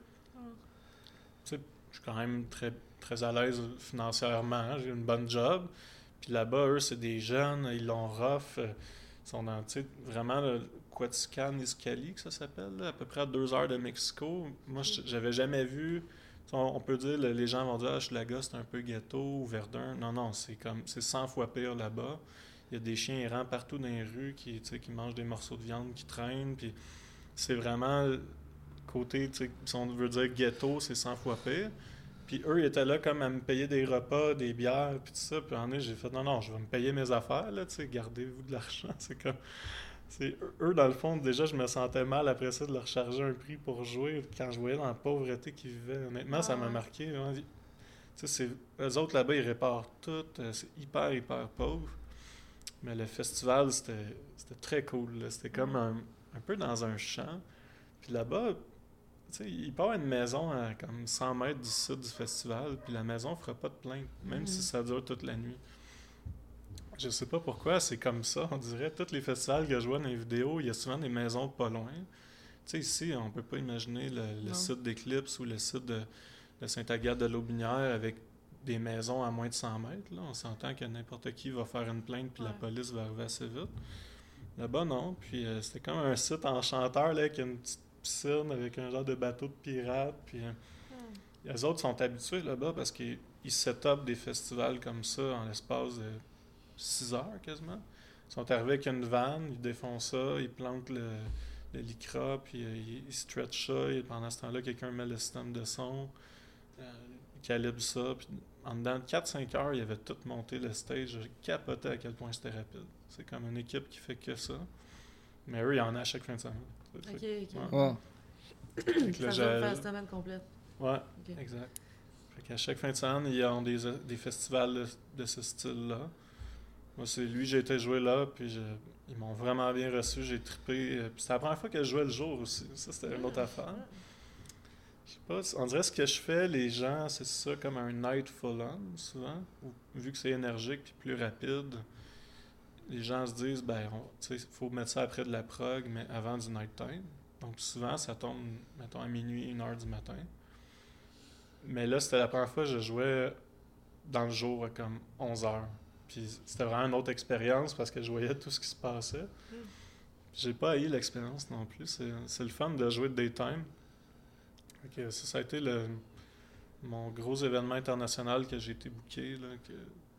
sais, je suis quand même très, très à l'aise financièrement. Hein, j'ai une bonne job. Puis là-bas, eux, c'est des jeunes, ils l'ont rough. Ils sont dans, tu sais, vraiment le Quetzalcoatl Izcalli, que ça s'appelle, là, à peu près à deux heures de Mexico. Moi, j'avais jamais vu. On, on peut dire, les gens vont dire, ah, Hochelaga, c'est un peu ghetto, ou Verdun. Non, non, c'est comme, c'est cent fois pire là-bas. Il y a des chiens errants partout dans les rues qui, tu sais, qui mangent des morceaux de viande, qui traînent. Puis c'est vraiment côté, tu sais, si on veut dire ghetto, c'est cent fois pire. Puis eux, ils étaient là comme à me payer des repas, des bières, puis tout ça. Puis en est, j'ai fait, non, non, je vais me payer mes affaires, là, tu sais, gardez-vous de l'argent. C'est comme, c'est eux, dans le fond, déjà, je me sentais mal après ça de leur charger un prix pour jouer. Quand je voyais dans la pauvreté qu'ils vivaient, honnêtement, ah. ça m'a marqué. Tu sais, c'est, eux autres, là-bas, ils réparent tout. C'est hyper, hyper pauvre. Mais le festival, c'était, c'était très cool, là. C'était comme un, un peu dans un champ. Puis là-bas, tu sais, il part à une maison à comme cent mètres du site du festival, puis la maison fera pas de plainte, même mm-hmm. si ça dure toute la nuit. Je sais pas pourquoi, c'est comme ça, on dirait. Tous les festivals que je vois dans les vidéos, il y a souvent des maisons pas loin. Tu sais, ici, on peut pas imaginer le, le site d'Eclipse ou le site de, de Sainte-Agathe-de-l'Aubinière avec des maisons à moins de cent mètres. Là. On s'entend que n'importe qui va faire une plainte, puis ouais. la police va arriver assez vite. Là-bas, non. Puis euh, c'était comme un site enchanteur là, avec une petite piscine avec un genre de bateau de pirates. Puis euh, mm. les autres sont habitués là-bas parce qu'ils set up des festivals comme ça en l'espace de six heures quasiment. Ils sont arrivés avec une vanne, ils défont ça, ils plantent le, le lycra, puis euh, ils, ils stretchent ça. Et pendant ce temps-là, quelqu'un met le système de son, euh, il calibre ça. Puis en dedans de quatre cinq heures, ils avaient tout monté le stage. J'ai capoté à quel point c'était rapide. C'est comme une équipe qui fait que ça. Mais eux, il y en a à chaque fin de semaine. OK, OK. Ouais. Wow. Ça dure la semaine complète. Ouais, okay. Exact. Fait qu'à chaque fin de semaine, ils ont des, des festivals de, de ce style-là. Moi, c'est lui, j'ai été jouer là, puis je, ils m'ont vraiment bien reçu, j'ai trippé. Puis c'était la première fois que je jouais le jour aussi. Ça, c'était une autre affaire. Je sais pas, on dirait ce que je fais, les gens, c'est ça comme un night full on, souvent. Où, vu que c'est énergique puis plus rapide, les gens se disent, ben, il faut mettre ça après de la prog, mais avant du night time. Donc souvent, ça tombe, mettons, à minuit, une heure du matin. Mais là, c'était la première fois que je jouais dans le jour à comme onze heures. Puis c'était vraiment une autre expérience parce que je voyais tout ce qui se passait. Mm. J'ai pas haï l'expérience non plus. C'est, c'est le fun de jouer de daytime. Okay, ça, ça a été le, mon gros événement international que j'ai été booké, là, que,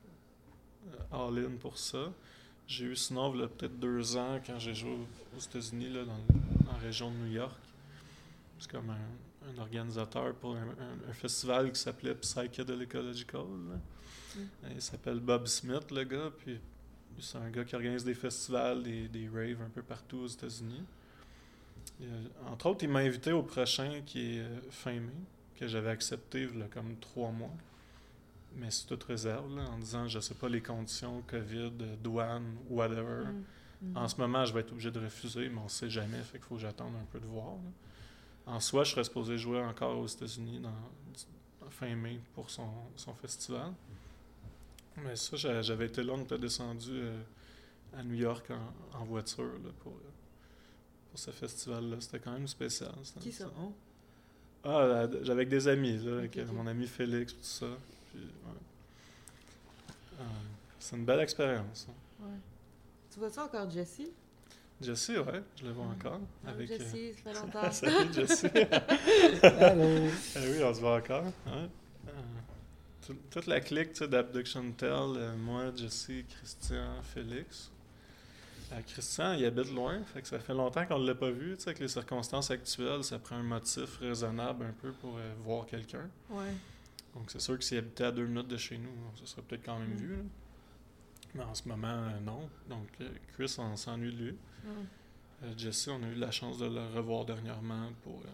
euh, all-in pour ça. J'ai eu sinon, il y a peut-être deux ans, quand j'ai joué aux États-Unis, là, dans, dans la région de New York. c'est comme un, un organisateur pour un, un, un festival qui s'appelait Psychedelical. Mm. Il s'appelle Bob Smith, le gars, puis c'est un gars qui organise des festivals, des, des raves un peu partout aux États-Unis. Et, euh, entre autres, il m'a invité au prochain qui est euh, fin mai, que j'avais accepté il y a comme trois mois. Mais c'est toute réserve, là, en disant, je sais pas les conditions, COVID, douane, whatever. Mm. Mm-hmm. En ce moment, je vais être obligé de refuser, mais on sait jamais, fait qu'il faut que j'attende un peu de voir. Là. En soi, je serais supposé jouer encore aux États-Unis dans, fin mai pour son, son festival. Mais ça, j'avais été là, on était descendu euh, à New York en, en voiture là, pour, pour ce festival-là. C'était quand même spécial. Qui ça? Oh. Ah, j'avais avec des amis, là, okay, avec okay. mon ami Félix, tout ça. Puis, ouais. euh, c'est une belle expérience. Hein. Ouais. Tu vois ça encore, Jessie? Jessie, ouais, je le vois ouais. encore. Ah, avec, Jessie, euh... ça fait longtemps. Salut, Jessie. Allô. Eh oui, on se voit encore. Ouais. Euh, tout, toute la clique d'Abduction Tell, euh, moi, Jessie, Christian, Félix. Euh, Christian, il habite loin, fait que ça fait longtemps qu'on ne l'a pas vu. Avec les circonstances actuelles, ça prend un motif raisonnable un peu pour euh, voir quelqu'un. Ouais. Donc c'est sûr que s'il habitait à deux minutes de chez nous, ça serait peut-être quand même mm. vu. Là. Mais en ce moment, euh, non. Donc euh, Chris, on s'ennuie de lui. Mm. Euh, Jessie, on a eu la chance de le revoir dernièrement pour euh,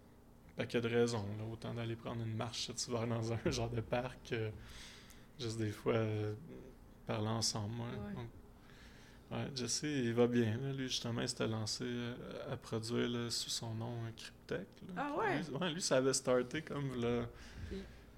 un paquet de raisons. Là. Autant d'aller prendre une marche cet hiver dans un genre de parc, euh, juste des fois euh, parler ensemble. Ouais. Ouais. Donc, ouais, Jessie, il va bien. Là. Lui, justement, il s'était lancé euh, à produire là, sous son nom euh, Cryptech. Là. Ah ouais? Lui, ouais, lui, ça avait starté comme là, okay.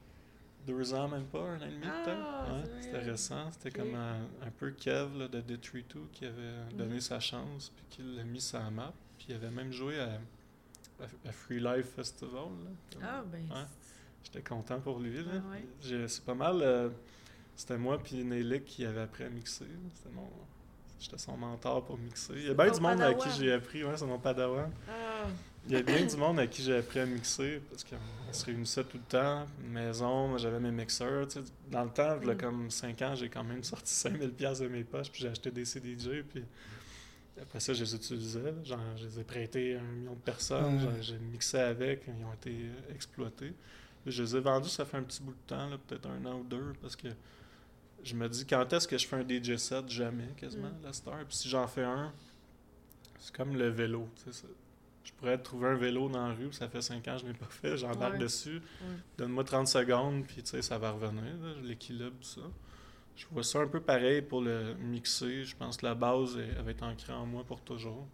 deux ans, même pas, un an et demi ah, peut-être. Ouais, c'était récent. C'était okay. comme un, un peu Kev là, de D trois deux qui avait mm. donné sa chance puis qui l'a mis sur la map. Puis il avait même joué à, à, à Free Life Festival. Là. Ah, ben. Ouais. J'étais content pour lui. Là. Ah, ouais. C'est pas mal. Euh, c'était moi puis Nélic qui avait appris à mixer. C'était mon. J'étais son mentor pour mixer. Il y a bien du monde padawan. À qui j'ai appris, ouais, c'est mon padawan. Ah. Il y a bien du monde à qui j'ai appris à mixer parce qu'on se réunissait tout le temps. Maison, moi j'avais mes mixeurs. Tu sais, dans le temps, il y a comme cinq ans, j'ai quand même sorti cinq mille dollars de mes poches puis j'ai acheté des C D J. Puis après ça, je les utilisais. Genre, je les ai prêtés à un million de personnes. Genre, j'ai mixé avec. Ils ont été exploités. Puis je les ai vendus, ça fait un petit bout de temps, là, peut-être un an ou deux parce que je me dis, quand est-ce que je fais un D J set? Jamais, quasiment, mm. la star. Puis si j'en fais un, c'est comme le vélo, tu sais. Je pourrais trouver un vélo dans la rue, ça fait cinq ans que je ne l'ai pas fait, j'embarque ouais. dessus. Ouais. Donne-moi trente secondes, puis tu sais, ça va revenir, là, l'équilibre, tout ça. Je vois ça un peu pareil pour le mixer. Je pense que la base, elle, elle va être ancrée en moi pour toujours.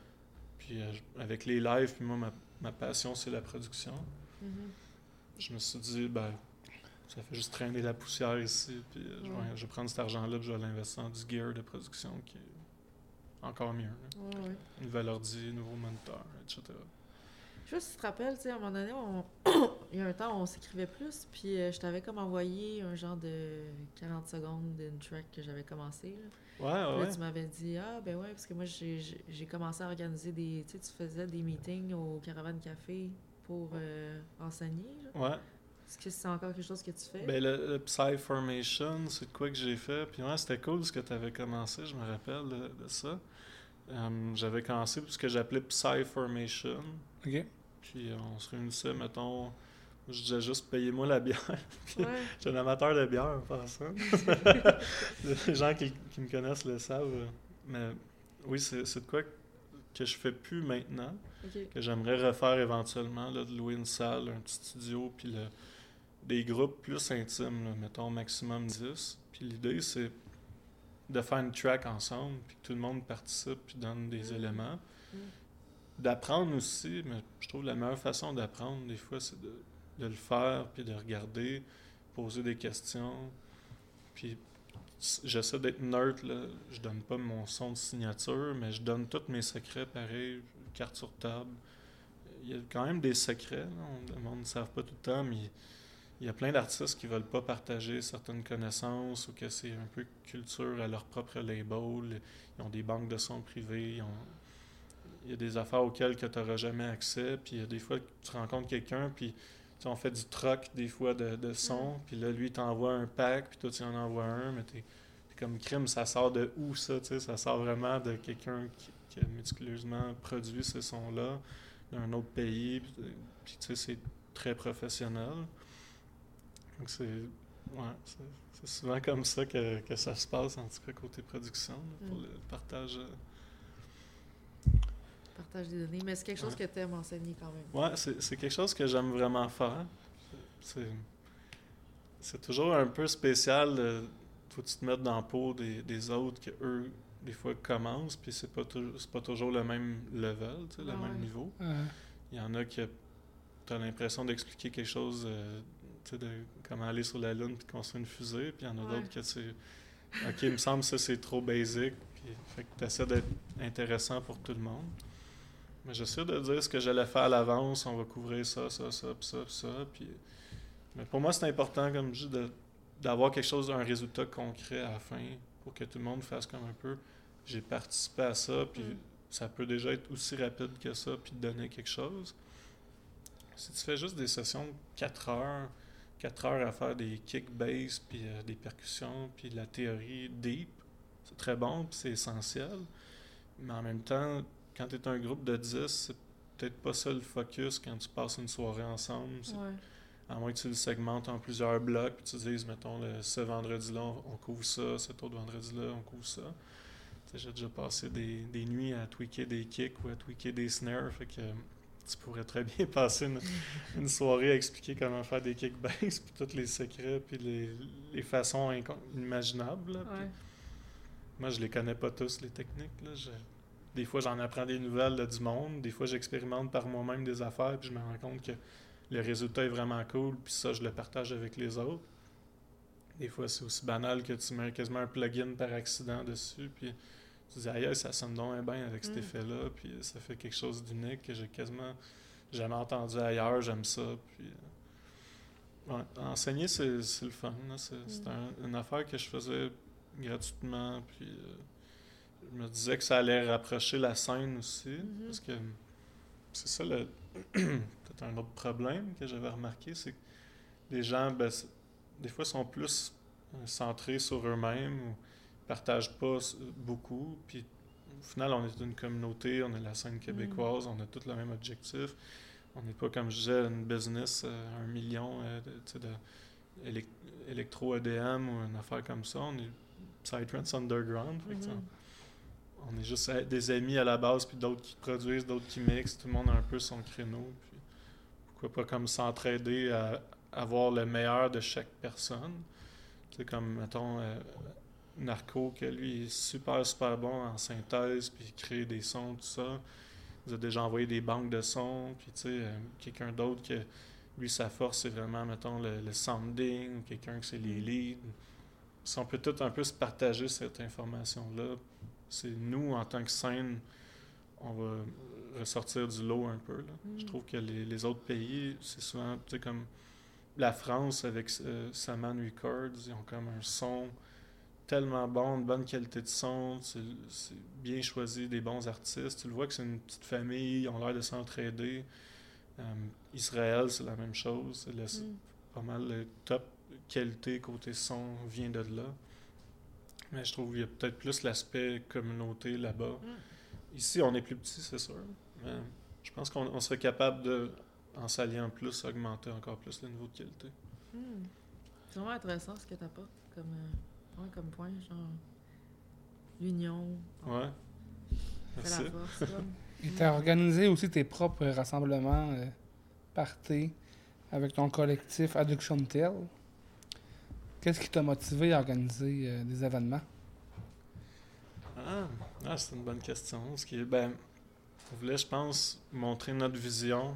Puis euh, avec les lives, puis moi, ma, ma passion, c'est la production. Mm-hmm. Je me suis dit, ben... ça fait juste traîner la poussière ici, puis euh, ouais. je, vais, je vais prendre cet argent-là, puis je vais l'investir dans du gear de production qui est encore mieux. Ouais, ouais. Une nouvelle ordi, nouveau moniteur, et cetera. Je sais pas si tu te rappelles, tu sais, à un moment donné, on... il y a un temps, on s'écrivait plus, puis euh, je t'avais comme envoyé un genre de quarante secondes d'une track que j'avais commencé. Là. Ouais, ouais. Là, ouais. tu m'avais dit, ah, ben ouais, parce que moi, j'ai, j'ai commencé à organiser des. Tu sais, tu faisais des meetings au Caravane Café pour euh, enseigner. Là. Ouais. Est-ce que c'est encore quelque chose que tu fais? Ben, le, le Psy-Formation, c'est de quoi que j'ai fait. Puis ouais, c'était cool ce que tu avais commencé, je me rappelle de, de ça. Um, j'avais commencé ce que j'appelais Psy-Formation. OK. Puis on se réunissait, mettons, je disais juste payez-moi la bière. Ouais. Je suis un amateur de bière en passant. Les gens qui, qui me connaissent le savent. Mais oui, c'est, c'est de quoi que je fais plus maintenant. Okay. Que j'aimerais refaire éventuellement, là, de louer une salle, un petit studio, puis le, des groupes plus intimes, là, mettons maximum dix. Puis l'idée, c'est de faire une track ensemble, puis que tout le monde participe, puis donne des mmh. éléments. Mmh. D'apprendre aussi, mais je trouve la meilleure façon d'apprendre, des fois, c'est de, de le faire, puis de regarder, poser des questions. Puis j'essaie d'être neutre, là. Je donne pas mon son de signature, mais je donne tous mes secrets, pareil, carte sur table. Il y a quand même des secrets, là. Le monde ne savent pas tout le temps, mais il y a plein d'artistes qui veulent pas partager certaines connaissances ou que c'est un peu culture à leur propre label. Ils ont des banques de sons privées, ils ont... il y a des affaires auxquelles tu n'auras jamais accès, puis il y a des fois que tu rencontres quelqu'un, puis tu sais, on fait du troc des fois de, de son, puis là, lui, il t'envoie un pack, puis toi, tu en envoies un, mais t'es, t'es comme crime, ça sort de où, ça, tu sais, ça sort vraiment de quelqu'un qui, qui a méticuleusement produit ces sons-là, d'un autre pays, puis, puis tu sais, c'est très professionnel. Donc c'est, ouais, c'est, c'est souvent comme ça que, que ça se passe, en tout cas côté production, là, pour Mm. le partage. euh. Partage des données. Mais c'est quelque chose Ouais. que tu aimes enseigner quand même. Ouais, c'est, c'est quelque chose que j'aime vraiment faire. C'est, c'est toujours un peu spécial. de- faut que tu te mettes dans la peau des, des autres que eux des fois commencent, puis c'est pas, tou- c'est pas toujours le même level, tu sais, le Ah même ouais. niveau. Euh, Il y en a qui tu as l'impression d'expliquer quelque chose, euh, tu sais, de comment aller sur la Lune puis de construire une fusée, puis il y en a Ouais. d'autres que c'est OK, il me semble que ça c'est trop basic, puis fait que tu essaies d'être intéressant pour tout le monde. Mais j'essaie de dire ce que j'allais faire à l'avance, on va couvrir ça, ça, ça, puis ça, puis ça, puis mais pour moi c'est important comme je dis de d'avoir quelque chose, un résultat concret à la fin pour que tout le monde fasse comme un peu j'ai participé à ça, puis Mm. ça peut déjà être aussi rapide que ça, puis te donner quelque chose. Si tu fais juste des sessions de quatre heures, quatre heures à faire des kick bass, puis euh, des percussions, puis de la théorie deep, c'est très bon, puis c'est essentiel. Mais en même temps, quand tu es un groupe de dix, c'est peut-être pas ça le focus quand tu passes une soirée ensemble. C'est- Ouais. À moins que tu le segmentes en plusieurs blocs, puis tu dises, mettons, le, ce vendredi-là, on, on couvre ça, cet autre vendredi-là, on couvre ça. Tu sais, j'ai déjà passé des, des nuits à tweaker des kicks ou à tweaker des snares, fait que tu pourrais très bien passer une, une soirée à expliquer comment faire des kick bass, puis tous les secrets, puis les, les façons inco- inimaginables. là. Puis Ouais. moi, je les connais pas tous, les techniques. Là. Je- des fois, j'en apprends des nouvelles là, du monde. Des fois, j'expérimente par moi-même des affaires, puis je me rends compte que le résultat est vraiment cool, puis ça, je le partage avec les autres. Des fois, c'est aussi banal que tu mets quasiment un plugin par accident dessus, puis tu dis, aïe, ça sonne donc bien avec cet Mm. effet-là, puis ça fait quelque chose d'unique que j'ai quasiment jamais entendu ailleurs, j'aime ça. Puis, euh, ouais, enseigner, c'est, c'est le fun. Là. C'est, c'est Mm. un- une affaire que je faisais gratuitement, puis euh, je me disais que ça allait rapprocher la scène aussi, Mhm. parce que c'est ça le peut-être un autre problème que j'avais remarqué, c'est que les gens, ben, c'est- des fois, sont plus euh, centrés sur eux-mêmes ou partagent pas s- beaucoup. Puis au final, on est une communauté, on est la scène québécoise, on a tous le même objectif. On n'est pas, comme je disais, une business euh, un million euh, de, tu sais, de élec- électro-E D M ou une affaire comme ça. On est Psytrance Underground. Fait que, tu sais, Mhm. on est juste euh, des amis à la base, puis d'autres qui produisent, d'autres qui mixent. Tout le monde a un peu son créneau. Puis pourquoi pas comme s'entraider à avoir le meilleur de chaque personne. Tu sais, comme, mettons, euh, Narco, que lui est super, super bon en synthèse, puis il crée des sons, tout ça. Il nous a déjà envoyé des banques de sons, puis tu sais, euh, quelqu'un d'autre que, lui, sa force, c'est vraiment, mettons, le, le sounding, ou quelqu'un que c'est les leads. Si on peut tout un peu se partager cette information-là, c'est nous, en tant que scène, on va ressortir du lot un peu. Là. Mm. Je trouve que les, les autres pays, c'est souvent, tu sais, comme la France avec euh, Saman Records, ils ont comme un son tellement bon, une bonne qualité de son, c'est, c'est bien choisi, des bons artistes. Tu le vois que c'est une petite famille, ils ont l'air de s'entraider. Euh, Israël, c'est la même chose. C'est le- Mm. pas mal le top qualité côté son vient de là. Mais je trouve qu'il y a peut-être plus l'aspect communauté là-bas. Mm. Ici, on est plus petit, c'est sûr. Mais je pense qu'on on serait capable de, en s'alliant plus, augmenter encore plus le niveau de qualité. Mm. C'est vraiment intéressant ce que tu apportes comme, euh, ouais, comme point, genre l'union, Ouais. c'est Merci. la force. Comme. Et tu as organisé aussi tes propres rassemblements, euh, parties, avec ton collectif Adduction Tell. Qu'est-ce qui t'a motivé à organiser euh, des événements? Ah, ah, c'est une bonne question. Ce qui est, ben, on voulait, je pense, montrer notre vision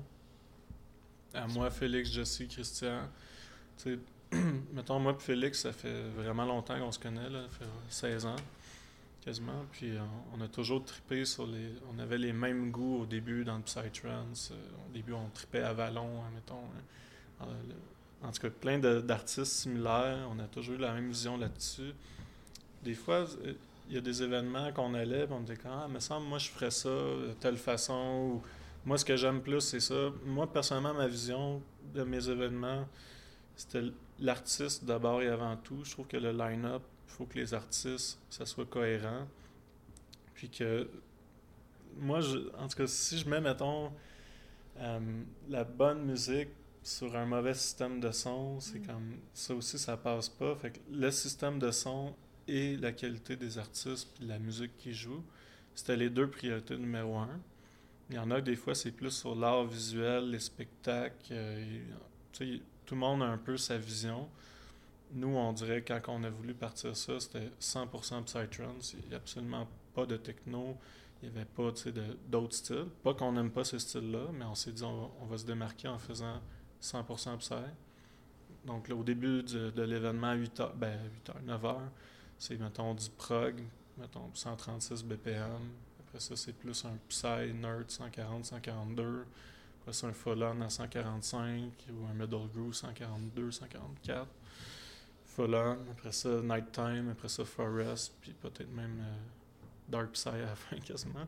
à moi, Félix, Jesse, Christian. Tu sais, mettons, moi et Félix, ça fait vraiment longtemps qu'on se connaît, là, ça fait seize ans, quasiment. Puis on, on a toujours trippé sur les... On avait les mêmes goûts au début dans le Psytrance. Euh, au début, on trippait à Vallon, hein, mettons. hein. Euh, le- en tout cas, plein de- d'artistes similaires. On a toujours eu la même vision là-dessus. Des fois, euh, il y a des événements qu'on allait, puis on disait, ah, me semble, moi, je ferais ça de telle façon, ou moi, ce que j'aime plus, c'est ça. Moi, personnellement, ma vision de mes événements, c'était l'artiste d'abord et avant tout. Je trouve que le line-up, il faut que les artistes, ça soit cohérent. Puis que, moi, je, en tout cas, si je mets, mettons, Euh, la bonne musique sur un mauvais système de son, c'est Mm. comme ça aussi, ça passe pas. Fait que le système de son et la qualité des artistes puis la musique qu'ils jouent, c'était les deux priorités numéro un. Il y en a que des fois, c'est plus sur l'art visuel, les spectacles. euh, et, tu sais, tout le monde a un peu sa vision. Nous, on dirait quand on a voulu partir ça, c'était cent pour cent Psytrance. Il n'y a absolument pas de techno. Il n'y avait pas tu sais, de- d'autres styles. Pas qu'on n'aime pas ce style-là, mais on s'est dit on va, on va se démarquer en faisant cent pour cent Psy. Donc là, au début de, de l'événement, à huit heures, ben huit heures, neuf heures, c'est, mettons, du prog, mettons, cent trente-six B P M. Après ça, c'est plus un Psy Nerd cent quarante, cent quarante-deux. Après ça, un Full On à cent quarante-cinq ou un Middle Groove cent quarante-deux, cent quarante-quatre. Full On, après ça, Nighttime, après ça, Forest, puis peut-être même euh, Dark Psy à la fin quasiment.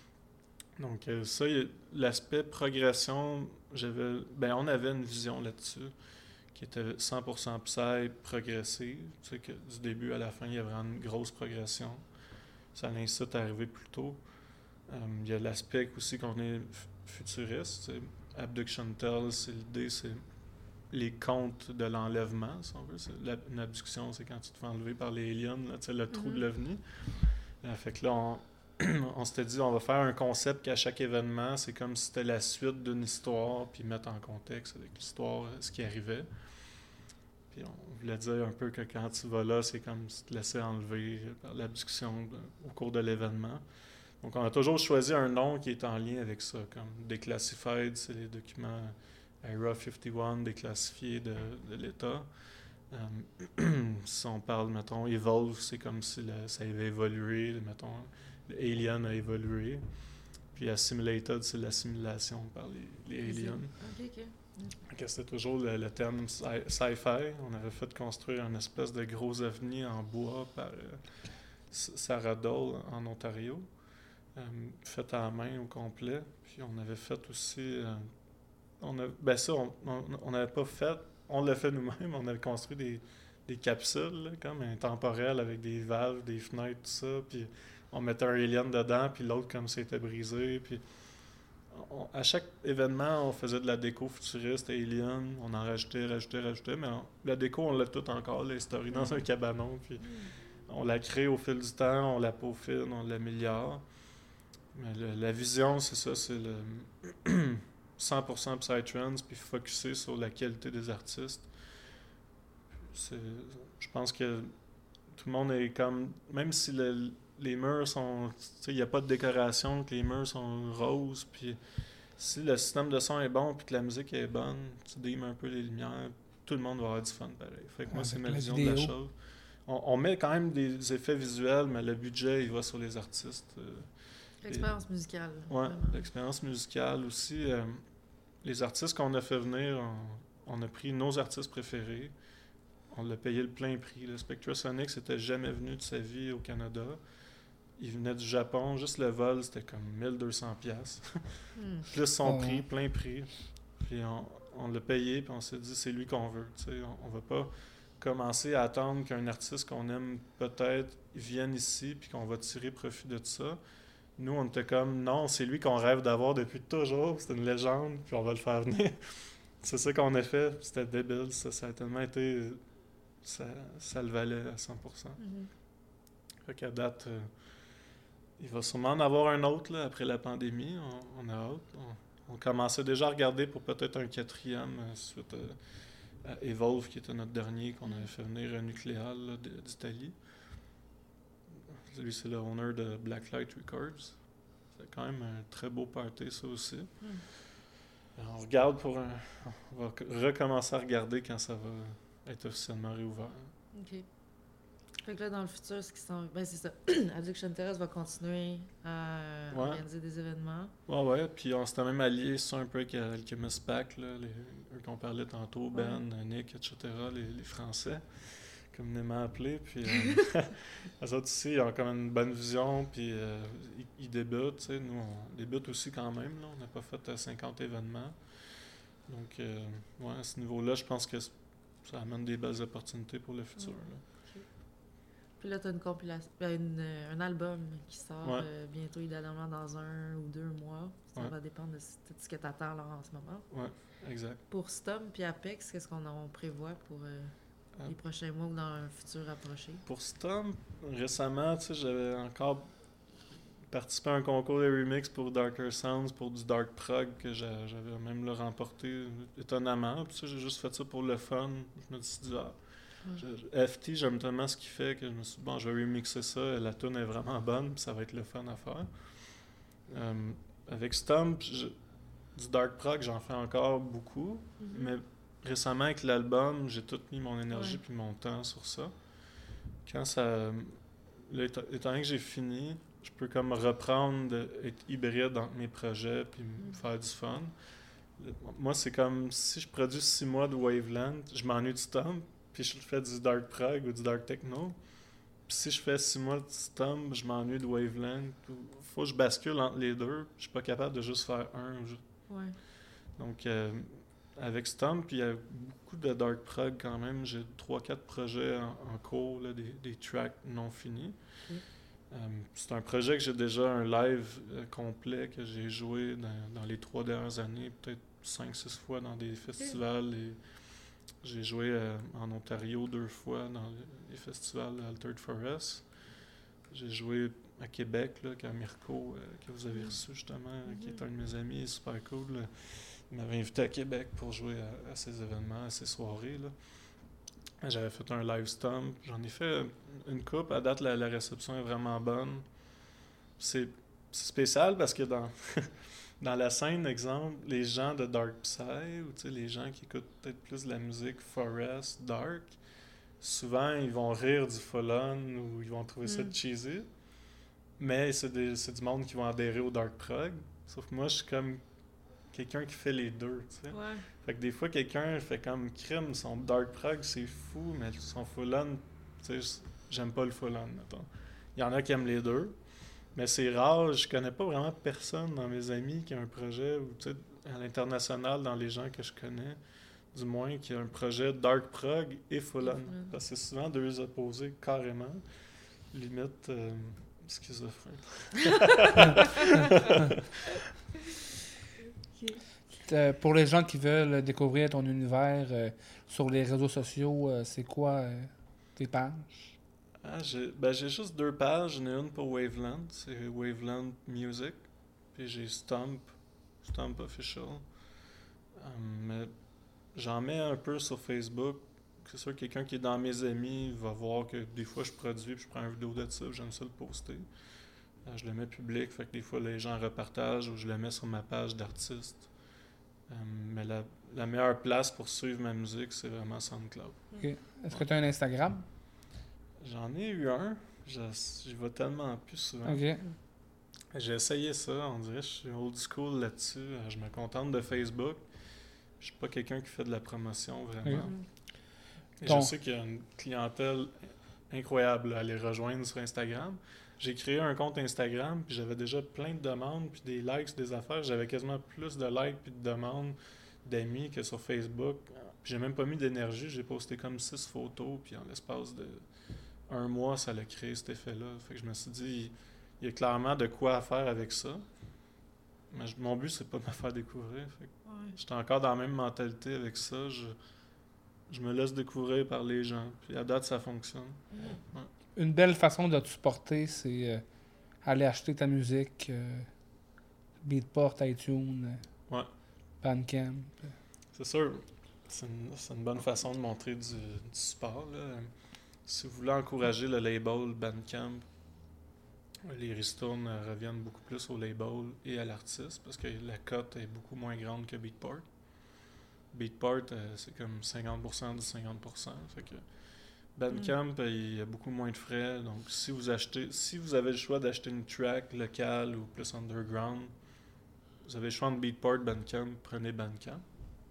Donc euh, ça, y a- l'aspect progression, j'avais, ben on avait une vision là-dessus qui était cent pour cent Psy progressive, tu sais que du début à la fin, il y a vraiment une grosse progression. Ça l'incite à arriver plus tôt. Euh, Il y a l'aspect aussi qu'on est f- futuriste, tu sais. Abduction Tell, c'est l'idée, c'est les contes de l'enlèvement, si on veut. C'est la- une abduction, c'est quand tu te fais enlever par les aliens, là, tu sais, le trou Mhm. de l'OVNI. Euh, fait que là, on, on s'était dit, on va faire un concept qu'à chaque événement, c'est comme si c'était la suite d'une histoire, puis mettre en contexte avec l'histoire euh, ce qui arrivait. Puis on voulait dire un peu que quand tu vas là, c'est comme si tu te laissais enlever par l'abduction de- au cours de l'événement. Donc on a toujours choisi un nom qui est en lien avec ça, comme Declassified, c'est les documents Area cinquante et un déclassifiés de, de l'État. Euh, si on parle, mettons, Evolve, c'est comme si le- ça avait évolué, mettons, le Alien a évolué. Puis Assimilated, c'est l'assimilation par les, les aliens. Ok, ok. Donc, c'était toujours le, le terme sci- sci-fi. On avait fait construire un espèce de gros ovni en bois par euh, S- Sarah Dole en Ontario, euh, fait à la main au complet. Puis on avait fait aussi... euh, on a, ben ça, on n'avait pas fait... On l'a fait nous-mêmes. On avait construit des, des capsules, là, comme intemporelles, avec des valves, des fenêtres, tout ça. Puis on mettait un alien dedans, puis l'autre comme c'était brisé. Puis on- à chaque événement, on faisait de la déco futuriste, alien. On en rajoutait, rajoutait, rajoutait. Mais on- la déco, on l'a tout encore, la story dans un cabanon. Puis on la crée au fil du temps, on la peaufine, on l'améliore. Mais le- la vision, c'est ça, c'est le cent pour cent Psytrance, puis focusser sur la qualité des artistes. C'est, je pense que tout le monde est comme... Même si le- les murs sont... Tu sais, il n'y a pas de décoration, que les murs sont roses, puis si le système de son est bon, puis que la musique est bonne, tu dimes un peu les lumières, tout le monde va avoir du fun pareil. Fait que moi, c'est Avec ma la vision de la vidéo. chose. On, on met quand même des effets visuels, mais le budget, il va sur les artistes. euh, L'expérience musicale. Ouais, vraiment. l'expérience musicale aussi. euh, les artistes qu'on a fait venir, on, on a pris nos artistes préférés. On l'a payé le plein prix. Le Spectrasonic, c'était jamais venu de sa vie au Canada. Il venait du Japon. Juste le vol, c'était comme mille deux cents piastres. Hmm. Plus son Oh. prix, plein prix. Puis on, on l'a payé, puis on s'est dit, c'est lui qu'on veut. Tu sais, on, on va pas commencer à attendre qu'un artiste qu'on aime peut-être vienne ici, puis qu'on va tirer profit de ça. Nous, on était comme, non, c'est lui qu'on rêve d'avoir depuis toujours. C'est une légende, puis on va le faire venir. C'est ça qu'on a fait. C'était débile. Ça, ça a tellement été... Ça, ça le valait à cent pour cent. Mhm. Fait qu'à date, euh, il va sûrement en avoir un autre là, après la pandémie. On, on a hâte. On, on commençait déjà à regarder pour peut-être un quatrième euh, suite euh, à Evolve, qui était notre dernier, qu'on avait fait venir un nucléal là, d- d'Italie. Lui, c'est le owner de Blacklight Records. C'est quand même un très beau party, ça aussi. Hmm. Alors, on regarde pour un... On va recommencer à regarder quand ça va être officiellement réouvert. OK. Fait que là, dans le futur, ce qui s'en... Ben, c'est ça. Abduction Terrace va continuer à euh, Ouais. organiser des événements. Ouais, ouais. Puis on s'était même allié ça un peu avec euh, Alchemist Pack, là, les, eux qu'on parlait tantôt, Ben, Nick, et cetera, les, les Français, communément appelés. Puis euh, eux autres ici, ils ont comme une bonne vision, puis euh, ils, ils débutent, tu sais. Nous, on débute aussi quand même, là. On n'a pas fait euh, cinquante événements. Donc, euh, ouais, à ce niveau-là, je pense que c- ça amène des belles opportunités pour le futur, là. Puis là, t'as une compilation, ben, une, euh, un album qui sort Ouais. euh, bientôt, idéalement dans un ou deux mois. Ça Ouais. va dépendre de s- tout ce que tu attends là, en ce moment. Ouais, exact. Pour Stom puis Apex, qu'est-ce qu'on en prévoit pour euh, Ah. les prochains mois ou dans un futur approché? Pour Stomp, récemment, tu sais, j'avais encore participé à un concours de remix pour Darker Sounds, pour du Dark Prog, que j'a- j'avais même le remporté étonnamment. Puis ça, j'ai juste fait ça pour le fun. Je me suis dit, ah, Ouais. je- F T, j'aime tellement ce qu'il fait que je me suis dit, bon, je vais remixer ça. La tune est vraiment bonne, puis ça va être le fun à faire. Euh, avec Stomp, je- du Dark Prog, j'en fais encore beaucoup. Mhm. Mais récemment, avec l'album, j'ai tout mis mon énergie Ouais. puis mon temps sur ça. Quand ça... Là, étant étant donné que j'ai fini, je peux comme reprendre, de- être hybride entre mes projets puis me Mm. faire du fun. Le- Moi, c'est comme si je produis six mois de Waveland, je m'ennuie du Stomp, puis je fais du Dark Prog ou du Dark Techno. Puis si je fais six mois de Stomp, je m'ennuie de Waveland. Il faut que je bascule entre les deux. Je suis pas capable de juste faire un. Je- Ouais. donc, euh, avec Stomp, il y a beaucoup de Dark Prog quand même. J'ai trois quatre projets en, en cours, là, des, des tracks non finis. Mm. Euh, c'est un projet que j'ai déjà un live euh, complet que j'ai joué dans, dans les trois dernières années, peut-être cinq six fois dans des festivals. Et j'ai joué euh, en Ontario deux fois dans le- les festivals Altered Forest. J'ai joué à Québec, là, quand Mirko, euh, que vous avez reçu justement, euh, qui est un de mes amis, il est super cool. Là. Il m'avait invité à Québec pour jouer à, à ces événements, à ces soirées. Là. J'avais fait un live stomp. J'en ai fait une coupe. À date, la, la réception est vraiment bonne. C'est c'est spécial parce que dans, dans la scène, exemple, les gens de Dark Psy, ou tu sais, les gens qui écoutent peut-être plus de la musique Forest, Dark, souvent ils vont rire du Full-On ou ils vont trouver ça Mm. cheesy. Mais c'est des- c'est du monde qui vont adhérer au Dark Prog. Sauf que moi, je suis comme quelqu'un qui fait les deux, tu sais. Ouais. Fait que des fois, quelqu'un fait comme crime, son Dark Prog, c'est fou, mais son Full-On, tu sais, j'aime pas le Full-On, mettons. Il y en a qui aiment les deux, mais c'est rare, je connais pas vraiment personne dans mes amis qui a un projet, ou tu sais, à l'international, dans les gens que je connais, du moins, qui a un projet Dark Prog et Full-On. Full-on. Parce que c'est souvent deux opposés, carrément. Limite, euh, schizophrène. Ok. Euh, pour les gens qui veulent découvrir ton univers euh, sur les réseaux sociaux, euh, c'est quoi euh, tes pages? Ah, j'ai ben, j'ai juste deux pages. J'en ai une pour Waveland, c'est Waveland Music. Puis j'ai Stomp, Stomp Official. Euh, mais j'en mets un peu sur Facebook. C'est sûr que quelqu'un qui est dans mes amis va voir que des fois je produis puis je prends une vidéo de ça, j'aime ça le poster. Euh, je le mets public, fait que des fois les gens repartagent ou je le mets sur ma page d'artiste. Euh, mais la, la meilleure place pour suivre ma musique, c'est vraiment SoundCloud. Ok. Est-ce que tu as un Instagram? J'en ai eu un, je- j'y vais tellement plus souvent. Ok. J'ai essayé ça, on dirait que je suis old school là-dessus. Euh, Je me contente de Facebook. Je suis pas quelqu'un qui fait de la promotion vraiment. Ok. Mm. Et Donc- je sais qu'il y a une clientèle incroyable à les rejoindre sur Instagram. J'ai créé un compte Instagram, puis j'avais déjà plein de demandes, puis des likes, des affaires. J'avais quasiment plus de likes puis de demandes d'amis que sur Facebook. Puis j'ai même pas mis d'énergie. J'ai posté comme six photos, puis en l'espace de un mois, ça l'a créé cet effet-là. Fait que je me suis dit, il y a clairement de quoi faire avec ça. Mais je- mon but, c'est pas de me faire découvrir. Fait que Ouais. j'étais encore dans la même mentalité avec ça. Je, je me laisse découvrir par les gens. Puis à date, ça fonctionne. Une belle façon de te supporter, c'est euh, aller acheter ta musique, euh, Beatport, iTunes, euh, Ouais. Bandcamp. C'est sûr, c'est une, c'est une bonne façon de montrer du, du support. Là. Si vous voulez encourager le label Bandcamp, les ristournes euh, reviennent beaucoup plus au label et à l'artiste parce que la cote est beaucoup moins grande que Beatport. Beatport, euh, c'est comme cinquante pour cent du cinquante pour cent. Fait que Bandcamp, euh, il y a beaucoup moins de frais. Donc, si vous achetez, si vous avez le choix d'acheter une track locale ou plus underground, vous avez le choix entre Beatport, Bandcamp, prenez Bandcamp.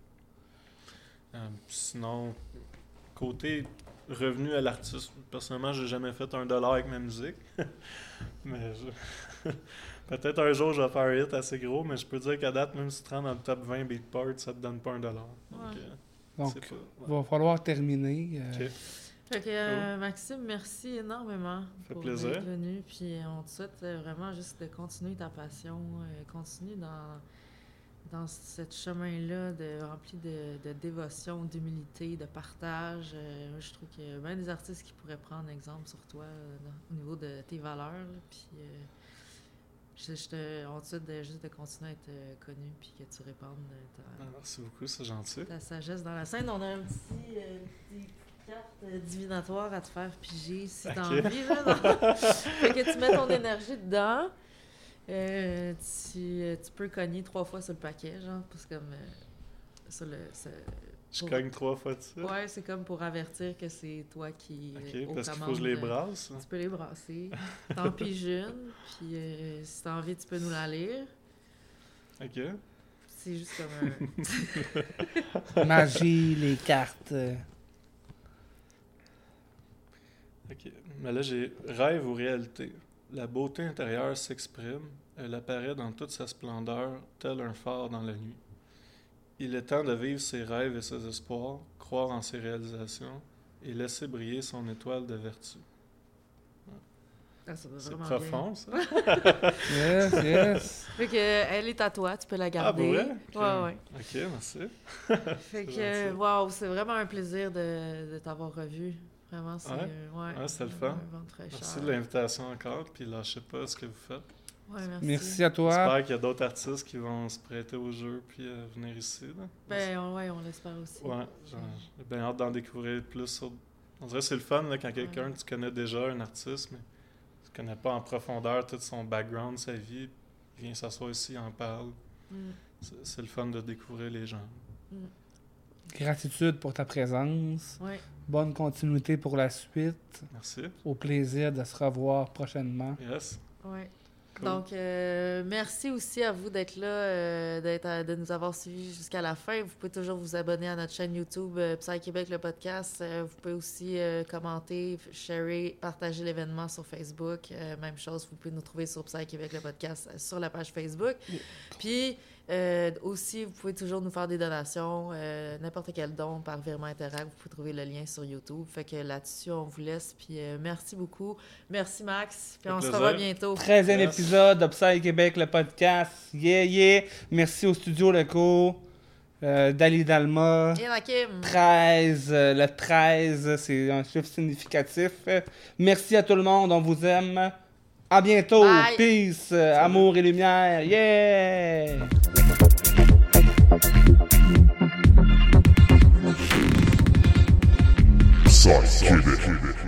Euh, sinon, côté revenu à l'artiste, personnellement, j'ai jamais fait un dollar avec ma musique. mais je- peut-être un jour, je vais faire un hit assez gros, mais je peux dire qu'à date, même si tu te rends dans le top vingt Beatport, ça te donne pas un dollar. Donc, Ouais. euh, Donc, c'est pas- il va falloir terminer. euh, Ok. Fait que, euh, Maxime, merci énormément fait pour plaisir. être venu. Puis on te souhaite euh, vraiment juste de continuer ta passion, euh, continuer dans, dans ce chemin-là de, rempli de, de dévotion, d'humilité, de partage. Euh, moi, je trouve qu'il y a bien des artistes qui pourraient prendre exemple sur toi euh, dans- au niveau de tes valeurs. là. Puis euh, je, je te, on te souhaite de, juste de continuer à être euh, connu puis que tu répandes euh, ta, Ah, merci beaucoup, c'est gentil. ta sagesse dans la scène. On a un petit, euh, petit carte euh, divinatoire à te faire piger si t'as Ok. envie. Là, non? Fait que tu mets ton énergie dedans. Euh, tu, euh, tu peux cogner trois fois sur le paquet, genre, parce que comme euh, ça, le, ça- Je pour- cogne trois fois dessus. Ouais, c'est comme pour avertir que c'est toi qui euh, Ok, aux parce qu'il faut commandes, que je les euh, brasse. Tu peux les brasser. T'en piges une, puis euh, si t'as envie, tu peux nous la lire. Ok. C'est juste comme un... Magie, les cartes. euh. Ok. Mais là, j'ai rêve ou réalité. La beauté intérieure s'exprime. Elle apparaît dans toute sa splendeur, tel un phare dans la nuit. Il est temps de vivre ses rêves et ses espoirs, croire en ses réalisations et laisser briller son étoile de vertu. Ah, ça va C'est vraiment profond, ça? Yes, yes. Fait que, euh, elle est à toi, tu peux la garder. Ah, pour vrai? Ok. Ouais, ouais. Ok, merci. Fait que, C'est gentil. waouh, c'est vraiment un plaisir de, de t'avoir revu. Vraiment, c'est... Ouais? euh, ouais, Ouais, c'était le vraiment fun. un vent de fraîcheur. Merci de l'invitation encore, puis lâchez pas ce que vous faites. Ouais, merci. Merci à toi. J'espère qu'il y a d'autres artistes qui vont se prêter au jeu puis euh, venir ici. Là. Ben, on- ouais, on l'espère aussi. Ouais, j'ai j'ai bien hâte d'en découvrir plus. Sur... On dirait que c'est le fun là, quand quelqu'un, Ouais. tu connais déjà un artiste, mais tu connais pas en profondeur tout son background, sa vie, il vient s'asseoir ici, il en parle. Mm. C'est c'est le fun de découvrir les gens. Gratitude pour ta présence. Ouais. Bonne continuité pour la suite. Merci. Au plaisir de se revoir prochainement. Yes. Ouais. Cool. Donc, euh, merci aussi à vous d'être là, euh, d'être à- de nous avoir suivis jusqu'à la fin. Vous pouvez toujours vous abonner à notre chaîne YouTube euh, Psy Québec, le podcast. Euh, vous pouvez aussi euh, commenter, f- sharer, partager l'événement sur Facebook. Euh, même chose, vous pouvez nous trouver sur Psy Québec, le podcast, euh, sur la page Facebook. Puis, euh, aussi, vous pouvez toujours nous faire des donations, euh, n'importe quel don par virement Interact. Vous pouvez trouver le lien sur YouTube. Fait que là-dessus, on vous laisse. Puis, euh, merci beaucoup. Merci, Max. Puis, Fait on se plaisir. revoit bientôt. treizième Yes. épisode de Psy Québec, le podcast. Yeah, yeah. Merci au Studio Leco, euh, Dali Dalma. Et Nakim. treize, euh, le treize, c'est un chiffre significatif. Euh, Merci à tout le monde, on vous aime. À bientôt. Bye. Peace, euh, amour et lumière. Yeah! Psy Québec.